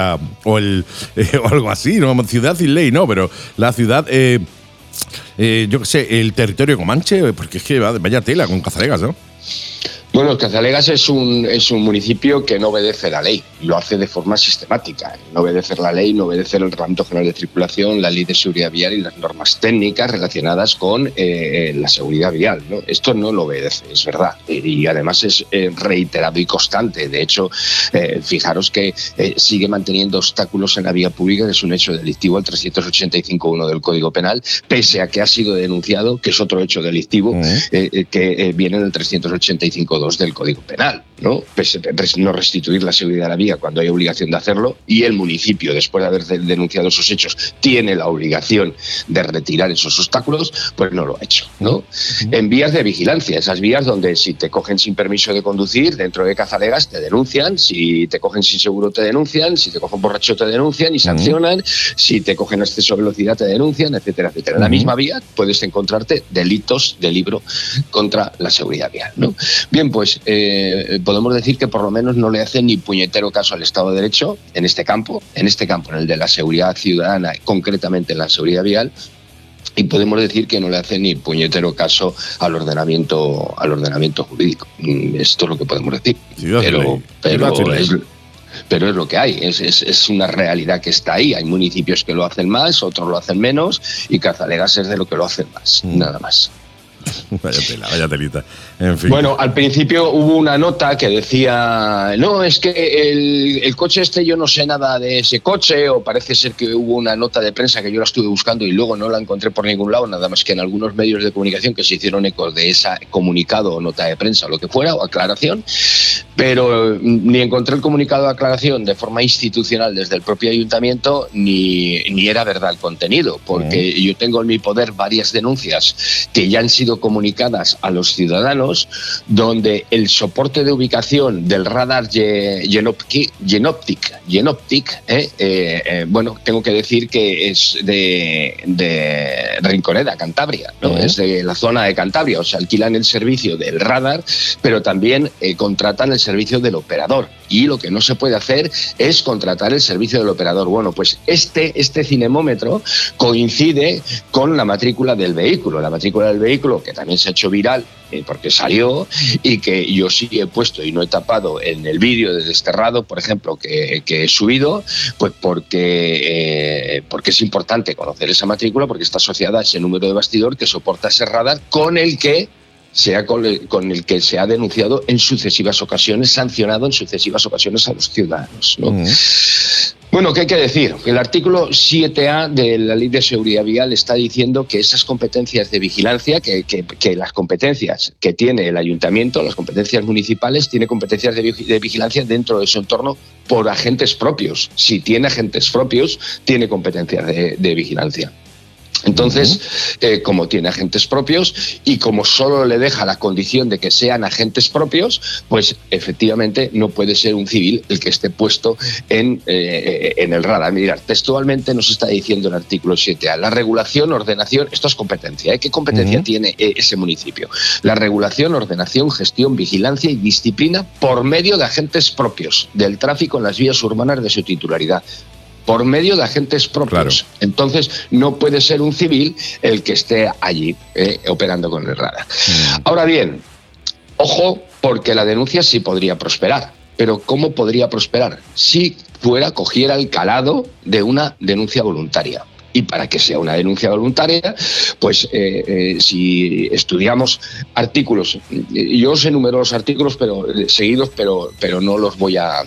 algo así? No, ciudad sin ley no, pero la ciudad, yo qué sé, el territorio comanche, porque es que vaya tela con Cazalegas, ¿no? Bueno, Cazalegas es un municipio que no obedece la ley, lo hace de forma sistemática. No obedecer la ley, no obedecer el Reglamento General de Circulación, la Ley de Seguridad Vial y las normas técnicas relacionadas con la seguridad vial, ¿no? Esto no lo obedece, es verdad. Y además es reiterado y constante. De hecho, fijaros que sigue manteniendo obstáculos en la vía pública, que es un hecho delictivo, el 385.1 del Código Penal, pese a que ha sido denunciado, que es otro hecho delictivo, que viene en el 385.2 del Código Penal, ¿no? No restituir la seguridad de la vía cuando hay obligación de hacerlo, y el municipio, después de haber denunciado esos hechos, tiene la obligación de retirar esos obstáculos, pues no lo ha hecho, ¿no? En vías de vigilancia, esas vías donde si te cogen sin permiso de conducir dentro de Cazalegas te denuncian, si te cogen sin seguro te denuncian, si te cogen borracho te denuncian y sancionan, si te cogen a exceso de velocidad te denuncian, etcétera, etcétera. En la misma vía puedes encontrarte delitos de libro contra la seguridad vial, ¿no? Bien, pues podemos decir que por lo menos no le hace ni puñetero caso al Estado de Derecho en este campo, en el de la seguridad ciudadana, concretamente en la seguridad vial, y podemos decir que no le hace ni puñetero caso al ordenamiento jurídico. Esto es lo que podemos decir. Pero es lo que hay, es una realidad que está ahí. Hay municipios que lo hacen más, otros lo hacen menos, y Cazalegas es de lo que lo hacen más, nada más. Vaya telita. En fin. Bueno, al principio hubo una nota que decía, no, es que el coche yo no sé nada de ese coche, o parece ser que hubo una nota de prensa que yo la estuve buscando y luego no la encontré por ningún lado, nada más que en algunos medios de comunicación que se hicieron eco de ese comunicado o nota de prensa o lo que fuera, o aclaración, pero ni encontré el comunicado de aclaración de forma institucional desde el propio ayuntamiento, ni era verdad el contenido, porque yo tengo en mi poder varias denuncias que ya han sido comunicadas a los ciudadanos, donde el soporte de ubicación del radar Genoptic, bueno, tengo que decir que es de Rinconeda, Cantabria, ¿no? Es de la zona de Cantabria, o sea, alquilan el servicio del radar, pero también contratan el servicio del operador, y lo que no se puede hacer es contratar el servicio del operador. Bueno, pues este cinemómetro coincide con la matrícula del vehículo, que también se ha hecho viral porque salió, y que yo sí he puesto y no he tapado en el vídeo de desterrado, por ejemplo, que he subido, pues porque es importante conocer esa matrícula, porque está asociada a ese número de bastidor que soporta ese radar con el que se ha denunciado en sucesivas ocasiones, sancionado en sucesivas ocasiones a los ciudadanos, ¿no? Bueno, ¿qué hay que decir? El artículo 7A de la Ley de Seguridad Vial está diciendo que esas competencias de vigilancia, que las competencias que tiene el ayuntamiento, las competencias municipales, tiene competencias de vigilancia dentro de su entorno por agentes propios. Si tiene agentes propios, tiene competencias de vigilancia. Entonces, como tiene agentes propios y como solo le deja la condición de que sean agentes propios, pues efectivamente no puede ser un civil el que esté puesto en el radar. Mirad, textualmente nos está diciendo el artículo 7A, la regulación, ordenación, esto es competencia, ¿qué competencia tiene ese municipio? La regulación, ordenación, gestión, vigilancia y disciplina por medio de agentes propios del tráfico en las vías urbanas de su titularidad. por medio de agentes propios. Claro. Entonces, no puede ser un civil el que esté allí operando con el radar. Ahora bien, ojo, porque la denuncia sí podría prosperar. Pero ¿cómo podría prosperar? Si cogiera el calado de una denuncia voluntaria. Y para que sea una denuncia voluntaria, pues si estudiamos artículos, yo os enumero los artículos seguidos, pero no los voy a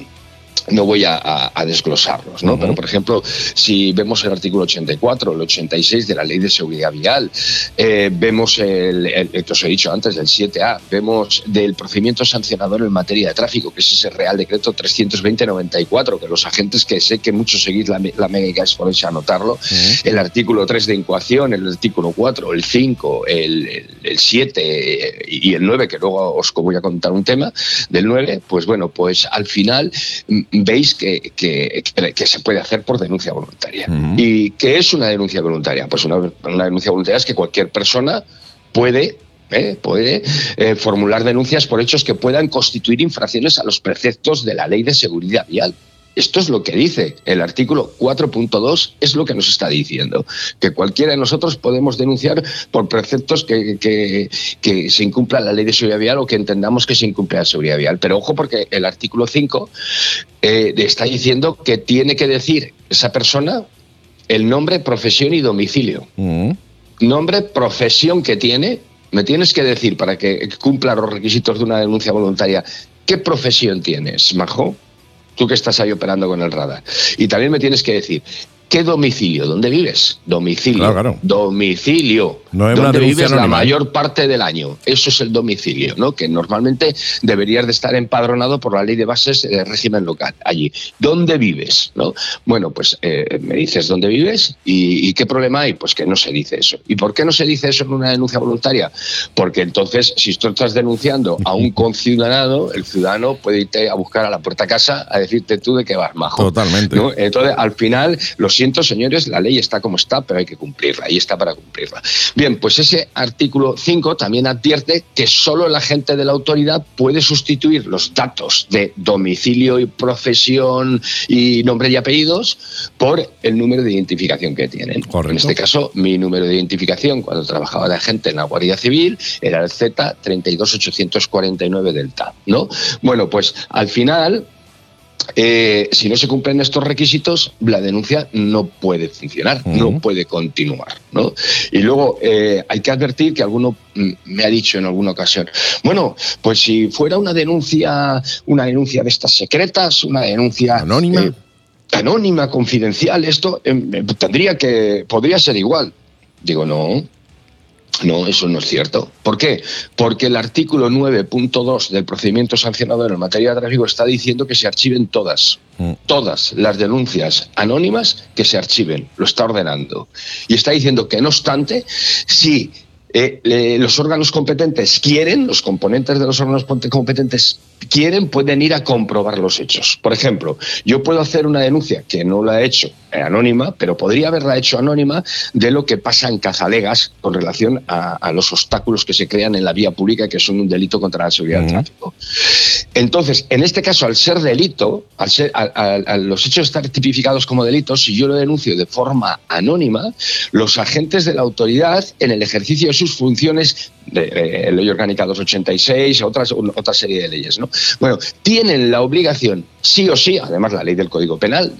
desglosarlos, ¿no? Pero, por ejemplo, si vemos el artículo 84, el 86 de la Ley de Seguridad Vial, vemos el que os he dicho antes, del 7A, vemos del procedimiento sancionador en materia de tráfico, que es ese Real Decreto 320-94, que los agentes, que sé que muchos seguís la Mega y Gas, podéis anotarlo, el artículo 3 de incoación, el artículo 4, el 5, el 7 y el 9, que luego os voy a contar un tema del 9, pues bueno, pues al final veis que se puede hacer por denuncia voluntaria. ¿Y qué es una denuncia voluntaria? Pues una denuncia voluntaria es que cualquier persona puede formular denuncias por hechos que puedan constituir infracciones a los preceptos de la Ley de Seguridad Vial. Esto es lo que dice el artículo 4.2, es lo que nos está diciendo, que cualquiera de nosotros podemos denunciar por preceptos que se incumpla la Ley de Seguridad Vial o que entendamos que se incumple la seguridad vial. Pero ojo, porque el artículo 5 está diciendo que tiene que decir esa persona el nombre, profesión y domicilio. Nombre, profesión que tiene, me tienes que decir para que cumpla los requisitos de una denuncia voluntaria, ¿qué profesión tienes, Majo? Tú que estás ahí operando con el radar. Y también me tienes que decir, ¿qué domicilio? ¿Dónde vives? Domicilio. Claro. Domicilio. No es ¿dónde vives la mayor parte del año? Eso es el domicilio, ¿no? Que normalmente deberías de estar empadronado por la Ley de Bases de régimen local, allí. ¿Dónde vives? ¿No? Bueno, pues me dices dónde vives y ¿qué problema hay? Pues que no se dice eso. ¿Y por qué no se dice eso en una denuncia voluntaria? Porque entonces, si tú estás denunciando a un conciudadano, el ciudadano puede irte a buscar a la puerta a casa a decirte tú de qué vas, Majo. Totalmente. ¿No? Entonces, al final, los siento, señores, la ley está como está, pero hay que cumplirla, y está para cumplirla. Bien, pues ese artículo 5 también advierte que solo el agente de la autoridad puede sustituir los datos de domicilio y profesión y nombre y apellidos por el número de identificación que tienen. Correcto. En este caso, mi número de identificación cuando trabajaba de agente en la Guardia Civil era el Z32849 del TAP, ¿no? Bueno, pues al final, si no se cumplen estos requisitos, la denuncia no puede funcionar, no puede continuar, ¿no? Y luego hay que advertir que alguno me ha dicho en alguna ocasión, bueno, pues si fuera una denuncia de estas secretas, una denuncia anónima, confidencial, esto podría ser igual. Digo, no, eso no es cierto. ¿Por qué? Porque el artículo 9.2 del procedimiento sancionador en materia de tráfico está diciendo que se archiven todas las denuncias anónimas, que se archiven, lo está ordenando. Y está diciendo que, no obstante, si los órganos competentes quieren, los componentes de los órganos competentes quieren, pueden ir a comprobar los hechos. Por ejemplo, yo puedo hacer una denuncia, que no la he hecho anónima, pero podría haberla hecho anónima, de lo que pasa en Cazalegas con relación a los obstáculos que se crean en la vía pública, que son un delito contra la seguridad del tráfico. Entonces, en este caso, al ser delito, a los hechos estar tipificados como delitos, si yo lo denuncio de forma anónima, los agentes de la autoridad, en el ejercicio de sus funciones, Ley Orgánica 286, otra serie de leyes, ¿no? Bueno, tienen la obligación, sí o sí, además la ley del Código Penal,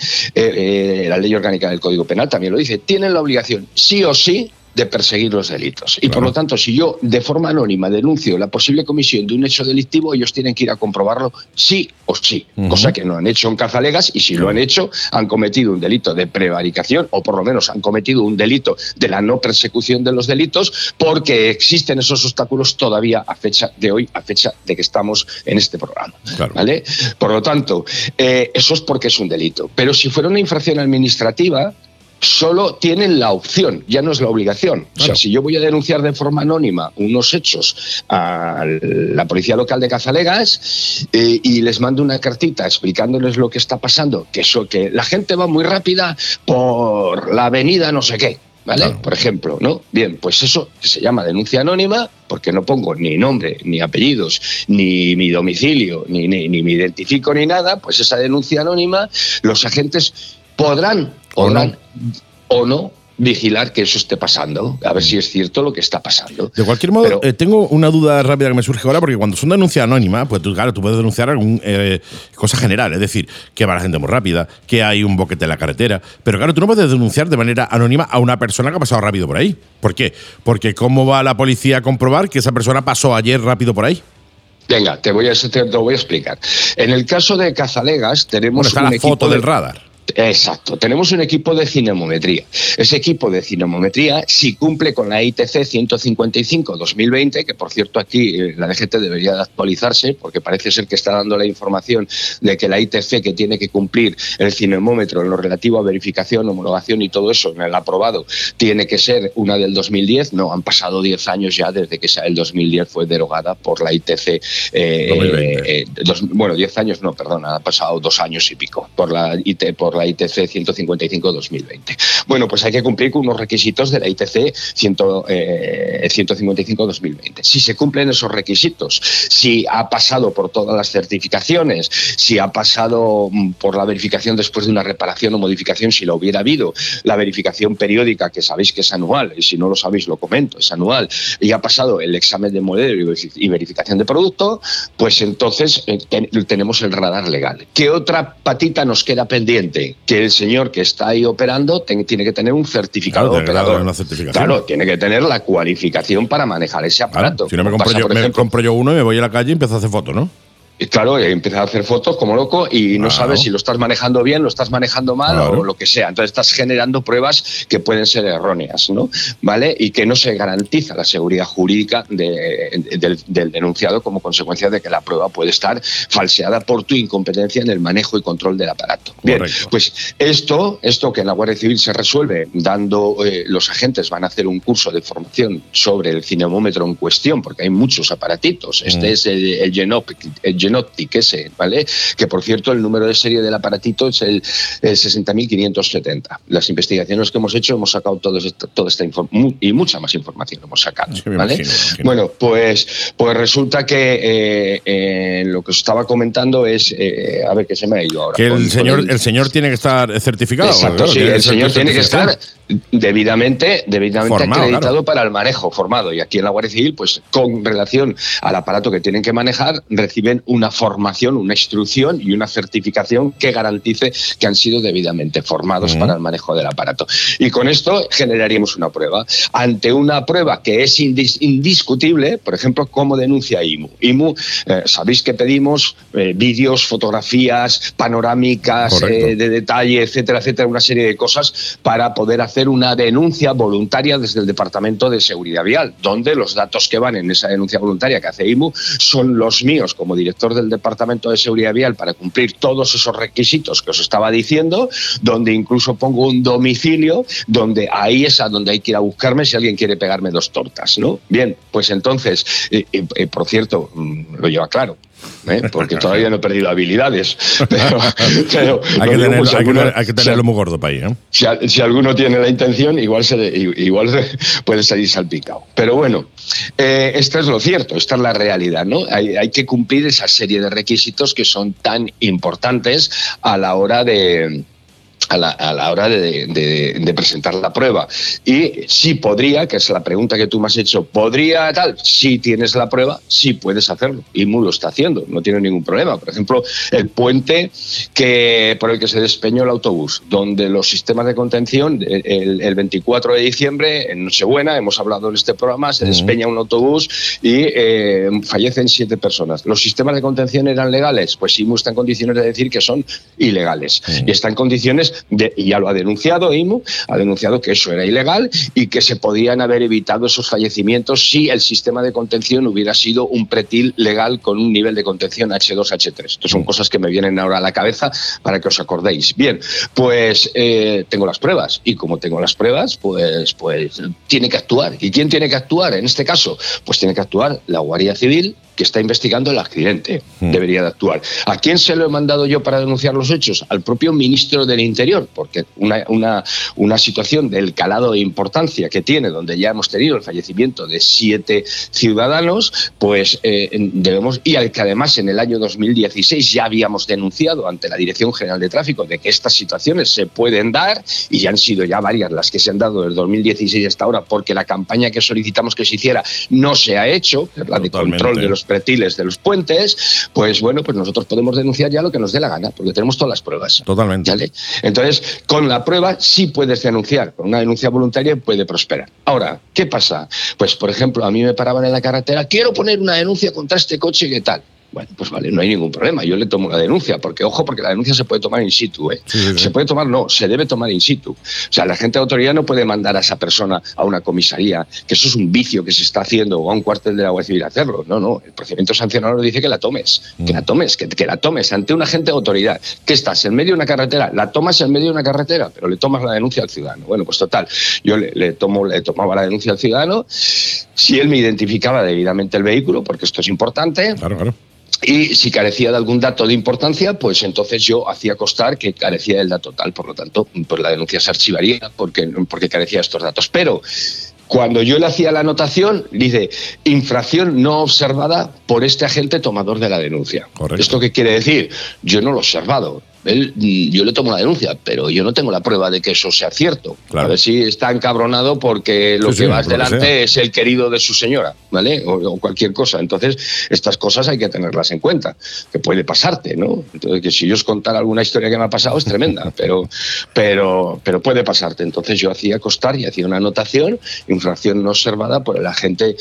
la Ley Orgánica del Código Penal también lo dice, tienen la obligación, sí o sí, de perseguir los delitos. Y por lo tanto, si yo de forma anónima denuncio la posible comisión de un hecho delictivo, ellos tienen que ir a comprobarlo sí o sí, cosa que no han hecho en Cazalegas, y si lo han hecho, han cometido un delito de prevaricación, o por lo menos han cometido un delito de la no persecución de los delitos, porque existen esos obstáculos todavía a fecha de hoy, a fecha de que estamos en este programa. ¿Vale? Por lo tanto, eso es porque es un delito. Pero si fuera una infracción administrativa, solo tienen la opción, ya no es la obligación. O sea, si yo voy a denunciar de forma anónima unos hechos a la policía local de Cazalegas y les mando una cartita explicándoles lo que está pasando, que la gente va muy rápida por la avenida no sé qué, ¿vale? Por ejemplo, ¿no? Bien, pues eso se llama denuncia anónima, porque no pongo ni nombre, ni apellidos, ni mi domicilio, ni me identifico ni nada. Pues esa denuncia anónima, los agentes podrán o no vigilar que eso esté pasando, a ver si es cierto lo que está pasando. De cualquier modo, tengo una duda rápida que me surge ahora, porque cuando son denuncias anónimas, pues tú puedes denunciar algún cosa general, es decir, que va la gente muy rápida, que hay un boquete en la carretera, pero claro, tú no puedes denunciar de manera anónima a una persona que ha pasado rápido por ahí. ¿Por qué? Porque ¿cómo va la policía a comprobar que esa persona pasó ayer rápido por ahí? Venga, te lo voy a explicar. En el caso de Cazalegas tenemos está la foto del radar. Exacto, tenemos un equipo de cinemometría. Ese equipo de cinemometría, si cumple con la ITC 155-2020, que por cierto aquí la DGT debería de actualizarse, porque parece ser que está dando la información de que la ITC que tiene que cumplir el cinemómetro en lo relativo a verificación, homologación y todo eso en el aprobado, tiene que ser una del 2010. No, han pasado 10 años ya desde que el 2010 fue derogada por la ITC. 10 años no, perdona, ha pasado 2 años y pico por la ITC 155-2020. Bueno, pues hay que cumplir con unos requisitos de la ITC 155-2020. Si se cumplen esos requisitos, si ha pasado por todas las certificaciones, si ha pasado por la verificación después de una reparación o modificación, si lo hubiera habido, la verificación periódica, que sabéis que es anual, y si no lo sabéis lo comento, es anual, y ha pasado el examen de modelo y verificación de producto, pues entonces tenemos el radar legal. ¿Qué otra patita nos queda pendiente? Que el señor que está ahí operando tiene que tener un certificado de operador. Claro, tiene que tener la cualificación para manejar ese aparato. Claro, si no me compro yo uno y me voy a la calle y empiezo a hacer fotos, ¿no? Claro, empiezas a hacer fotos como loco y no sabes si lo estás manejando bien, lo estás manejando mal o lo que sea. Entonces estás generando pruebas que pueden ser erróneas, ¿no? ¿Vale? Y que no se garantiza la seguridad jurídica del denunciado como consecuencia de que la prueba puede estar falseada por tu incompetencia en el manejo y control del aparato. Bien, pues esto que en la Guardia Civil se resuelve dando, los agentes van a hacer un curso de formación sobre el cinemómetro en cuestión, porque hay muchos aparatitos. Este es el Genoptic ese, ¿vale? Que por cierto el número de serie del aparatito es el 60.570. Las investigaciones que hemos hecho hemos sacado toda esta información y mucha más información hemos sacado, ¿vale? Imagino. Bueno, pues resulta que lo que os estaba comentando es, a ver, que se me ha ido ahora. Que el señor tiene que estar certificado. Exacto, claro, sí, el señor tiene que estar debidamente formado, acreditado para el manejo, formado. Y aquí en la Guardia Civil, pues con relación al aparato que tienen que manejar, reciben una formación, una instrucción y una certificación que garantice que han sido debidamente formados para el manejo del aparato. Y con esto generaríamos una prueba. Ante una prueba que es indiscutible, por ejemplo, ¿cómo denuncia IMU? IMU, sabéis que pedimos vídeos, fotografías, panorámicas de detalle, etcétera, etcétera, una serie de cosas para poder hacer una denuncia voluntaria desde el Departamento de Seguridad Vial, donde los datos que van en esa denuncia voluntaria que hace IMU son los míos como director del Departamento de Seguridad Vial para cumplir todos esos requisitos que os estaba diciendo, donde incluso pongo un domicilio, donde ahí es a donde hay que ir a buscarme si alguien quiere pegarme 2 tortas, ¿no? Bien, pues entonces, por cierto, lo lleva claro, porque todavía no he perdido habilidades, pero hay que tenerlo muy gordo para ir, ¿eh? Si alguno tiene la intención, igual puede salir salpicado. Pero bueno, esto es lo cierto, esta es la realidad, ¿no? Hay que cumplir esa serie de requisitos que son tan importantes a la hora de presentar la prueba. Y si podría, que es la pregunta que tú me has hecho, ¿podría tal? Si tienes la prueba, sí puedes hacerlo. IMU lo está haciendo, no tiene ningún problema. Por ejemplo, el puente por el que se despeñó el autobús, donde los sistemas de contención, el 24 de diciembre, en Nochebuena, hemos hablado en este programa, se despeña un autobús y fallecen 7 personas. ¿Los sistemas de contención eran legales? Pues IMU está en condiciones de decir que son ilegales. Y está en condiciones y ya lo ha denunciado IMU, ha denunciado que eso era ilegal y que se podían haber evitado esos fallecimientos si el sistema de contención hubiera sido un pretil legal con un nivel de contención H2, H3. Estas son cosas que me vienen ahora a la cabeza para que os acordéis. Bien, pues tengo las pruebas y como tengo las pruebas, pues tiene que actuar. ¿Y quién tiene que actuar en este caso? Pues tiene que actuar la Guardia Civil que está investigando el accidente, debería de actuar. ¿A quién se lo he mandado yo para denunciar los hechos? Al propio ministro del Interior, porque una situación del calado de importancia que tiene, donde ya hemos tenido el fallecimiento de 7 ciudadanos, pues debemos, y al que además en el año 2016 ya habíamos denunciado ante la Dirección General de Tráfico de que estas situaciones se pueden dar, y ya han sido ya varias las que se han dado desde 2016 hasta ahora, porque la campaña que solicitamos que se hiciera no se ha hecho, la de control de los pretiles de los puentes, pues bueno, pues nosotros podemos denunciar ya lo que nos dé la gana, porque tenemos todas las pruebas. Totalmente. ¿Vale? Entonces, con la prueba sí puedes denunciar, con una denuncia voluntaria puede prosperar. Ahora, ¿qué pasa? Pues, por ejemplo, a mí me paraban en la carretera, quiero poner una denuncia contra este coche, ¿qué tal? Bueno, pues vale, no hay ningún problema, yo le tomo la denuncia, porque ojo, porque la denuncia se puede tomar in situ, ¿eh? Sí. Se puede tomar, no, se debe tomar in situ. O sea, la gente de autoridad no puede mandar a esa persona a una comisaría, que eso es un vicio que se está haciendo, o a un cuartel de la Guardia Civil a hacerlo. No, el procedimiento sancionador dice que la tomes, que la tomes ante un agente de autoridad. ¿Qué estás? ¿En medio de una carretera? La tomas en medio de una carretera, pero le tomas la denuncia al ciudadano. Bueno, pues total, yo le tomaba la denuncia al ciudadano, si él me identificaba debidamente el vehículo, porque esto es importante. Claro. Y si carecía de algún dato de importancia, pues entonces yo hacía constar que carecía del dato tal. Por lo tanto, pues la denuncia se archivaría porque carecía de estos datos. Pero cuando yo le hacía la anotación, dice infracción no observada por este agente tomador de la denuncia. Correcto. ¿Esto qué quiere decir? Yo no lo he observado. Yo le tomo la denuncia, pero yo no tengo la prueba de que eso sea cierto. Claro. A ver si está encabronado porque lo que va delante es el querido de su señora, ¿vale? O cualquier cosa. Entonces, estas cosas hay que tenerlas en cuenta, que puede pasarte, ¿no? Entonces, que si yo os contara alguna historia que me ha pasado es tremenda, pero puede pasarte. Entonces, yo hacía constar y hacía una anotación, infracción no observada por el agente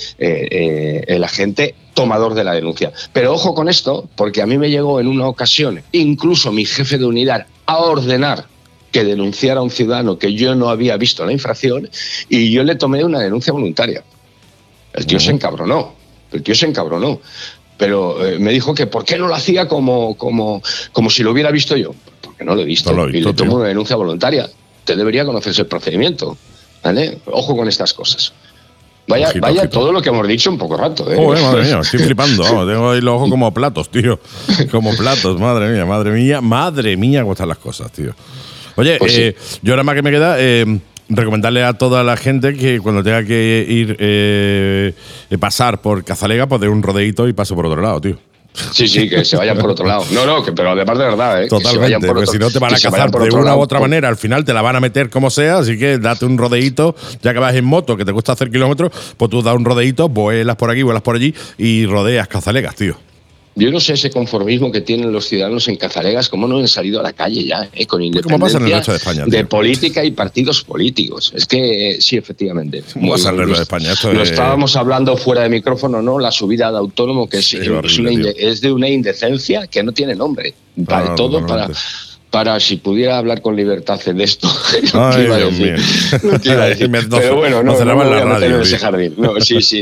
tomador de la denuncia. Pero ojo con esto, porque a mí me llegó en una ocasión, incluso mi jefe de unidad, a ordenar que denunciara a un ciudadano que yo no había visto la infracción, y yo le tomé una denuncia voluntaria. El tío se encabronó, pero me dijo que por qué no lo hacía como si lo hubiera visto yo. Porque no lo he visto, y le tomé una denuncia voluntaria. Te debería conocerse el procedimiento, ¿vale? Ojo con estas cosas. Vaya, todo lo que hemos dicho un poco rato, ¿eh? Joder, madre mía, estoy flipando. Tengo ahí los ojos como platos, tío. Como platos, madre mía, cómo están las cosas, tío. Oye, pues sí. Yo nada más que me queda recomendarle a toda la gente que cuando tenga que ir pasar por Cazalega, pues dé un rodeíto y pase por otro lado, tío. Sí, que se vayan por otro lado. Pero además de verdad, ¿eh? Totalmente, porque si no te van a cazar de una u otra manera, al final te la van a meter como sea, así que date un rodeíto, ya que vas en moto, que te cuesta hacer kilómetros, pues tú das un rodeíto, vuelas por aquí, vuelas por allí y rodeas Cazalegas, tío. Yo no sé ese conformismo que tienen los ciudadanos en Cazalegas, cómo no han salido a la calle ya, con independencia ¿Cómo pasa en el resto de España, de política y partidos políticos. Es que sí, efectivamente. ¿Cómo pasa en el resto de España? Lo estábamos hablando fuera de micrófono, ¿no? La subida de autónomo, que es de una indecencia que no tiene nombre. Para todo, para si pudiera hablar con libertad de esto. No te iba a decir. Pero bueno, no me voy a meter en ese jardín. No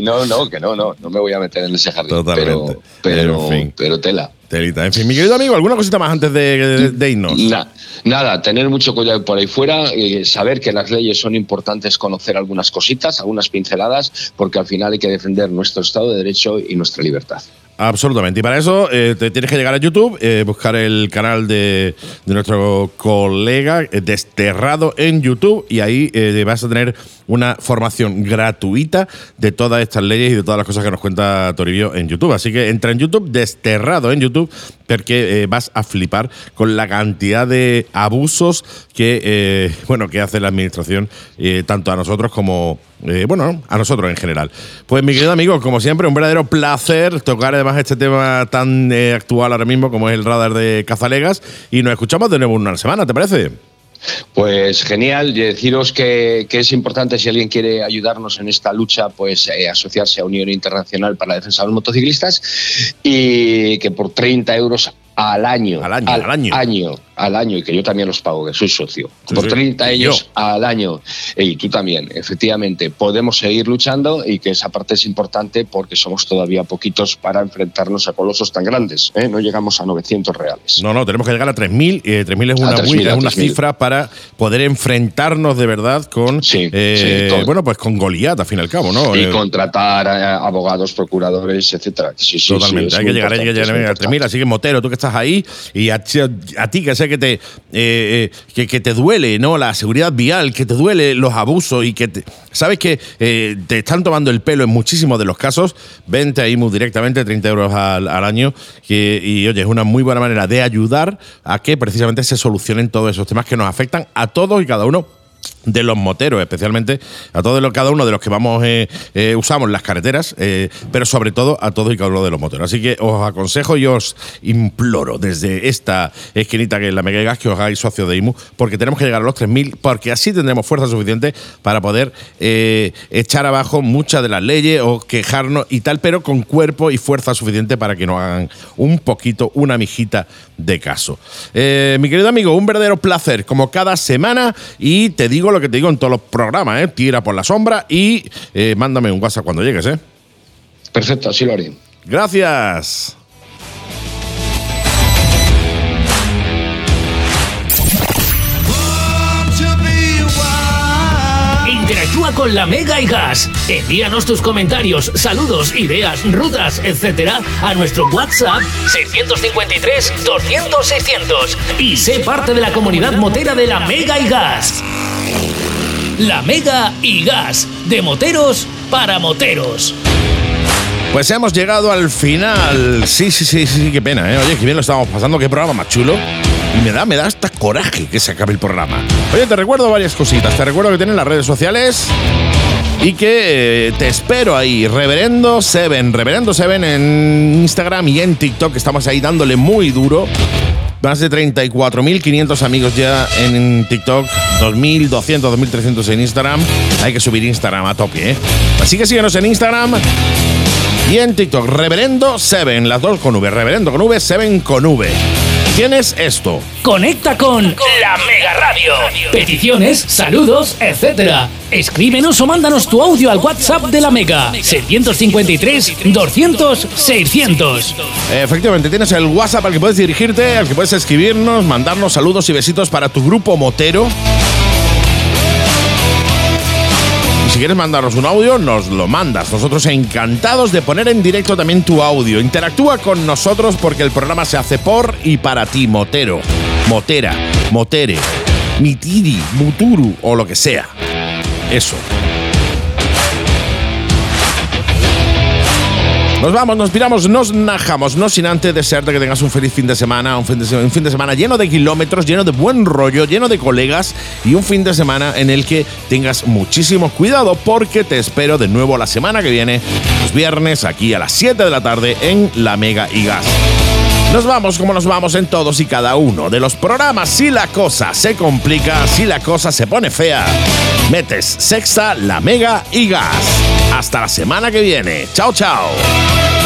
me voy a meter en ese jardín. Totalmente. Pero tela. Telita. En fin, mi querido amigo, ¿alguna cosita más antes de irnos? Nada, tener mucho cuidado por ahí fuera, saber que las leyes son importantes, conocer algunas cositas, algunas pinceladas, porque al final hay que defender nuestro Estado de Derecho y nuestra libertad. Absolutamente. Y para eso te tienes que llegar a YouTube, buscar el canal de nuestro colega Desterrado en YouTube, y ahí vas a tener una formación gratuita de todas estas leyes y de todas las cosas que nos cuenta Toribio en YouTube. Así que entra en YouTube, Desterrado en YouTube, porque vas a flipar con la cantidad de abusos que hace la administración, tanto a nosotros como a nosotros en general. Pues mi querido amigo, como siempre, un verdadero placer tocar además este tema tan actual ahora mismo como es el radar de Cazalegas, y nos escuchamos de nuevo en una semana, ¿te parece? Pues genial, deciros que es importante, si alguien quiere ayudarnos en esta lucha, pues asociarse a Unión Internacional para la Defensa de los Motociclistas, y que por 30 euros al año al año, y que yo también los pago, que soy socio, Sí, por sí. 30 Y ellos yo. al año, y tú también, efectivamente, podemos seguir luchando, y que esa parte es importante porque somos todavía poquitos para enfrentarnos a colosos tan grandes, ¿eh? No llegamos a 900 reales. No, tenemos que llegar a 3.000. 3.000 es A una, 3.000, es a una 3.000. cifra para poder enfrentarnos de verdad con, con- con Goliat, al fin y al cabo, ¿no? Y contratar a abogados, procuradores, etcétera. Sí, sí, Totalmente, sí, es hay que muy llegar a importante, 3.000. Así que, Motero, tú que estás ahí, y a ti que sé que te duele, ¿no? La seguridad vial, que te duele los abusos y que sabes que te están tomando el pelo en muchísimos de los casos, vente a IMU directamente, 30 euros al año. Y oye, es una muy buena manera de ayudar a que precisamente se solucionen todos esos temas que nos afectan a todos y cada uno de los moteros, especialmente a cada uno de los que usamos las carreteras, pero sobre todo a todos y cada uno de los moteros. Así que os aconsejo y os imploro desde esta esquinita que es la Mega y Gas que os hagáis socios de IMU, porque tenemos que llegar a los 3.000, porque así tendremos fuerza suficiente para poder echar abajo muchas de las leyes o quejarnos y tal, pero con cuerpo y fuerza suficiente para que nos hagan un poquito, una mijita de caso. Mi querido amigo, un verdadero placer como cada semana, y te digo lo que te digo en todos los programas, tira por la sombra y mándame un WhatsApp cuando llegues. Perfecto, así lo haré. Gracias. Interactúa con la Mega y Gas. Envíanos tus comentarios, saludos, ideas, rutas, etcétera, a nuestro WhatsApp 653 200 600 y sé parte de la comunidad motera de la Mega y Gas. La Mega y Gas, de moteros para moteros. Pues hemos llegado al final. Sí, qué pena, Oye, qué bien lo estábamos pasando, qué programa más chulo. Y me da hasta coraje que se acabe el programa. Oye, te recuerdo varias cositas. Te recuerdo que tienes las redes sociales y que te espero ahí. Reverendo Seven en Instagram y en TikTok. Estamos ahí dándole muy duro. Más de 34.500 amigos ya en TikTok, 2.200, 2.300 en Instagram. Hay que subir Instagram a tope, Así que síguenos en Instagram y en TikTok. Reverendo Seven, las dos con V. Reverendo con V, Seven con V. ¿Tienes esto? Conecta con la Mega Radio. Peticiones, saludos, etcétera. Escríbenos o mándanos tu audio al WhatsApp de la Mega. 653 200 600. Efectivamente, tienes el WhatsApp al que puedes dirigirte, al que puedes escribirnos, mandarnos saludos y besitos para tu grupo motero. Si quieres mandarnos un audio, nos lo mandas. Nosotros encantados de poner en directo también tu audio. Interactúa con nosotros porque el programa se hace por y para ti, motero, motera, motere, mitiri, muturu o lo que sea. Eso. Nos vamos, nos piramos, nos najamos, no sin antes desearte que tengas un feliz fin de semana, un fin de semana lleno de kilómetros, lleno de buen rollo, lleno de colegas y un fin de semana en el que tengas muchísimo cuidado porque te espero de nuevo la semana que viene, los viernes, aquí a las 7 de la tarde en La Mega y Gas. Nos vamos como nos vamos en todos y cada uno de los programas. Si la cosa se complica, si la cosa se pone fea, metes Sexta, La Mega y Gas. Hasta la semana que viene. Chao, chao.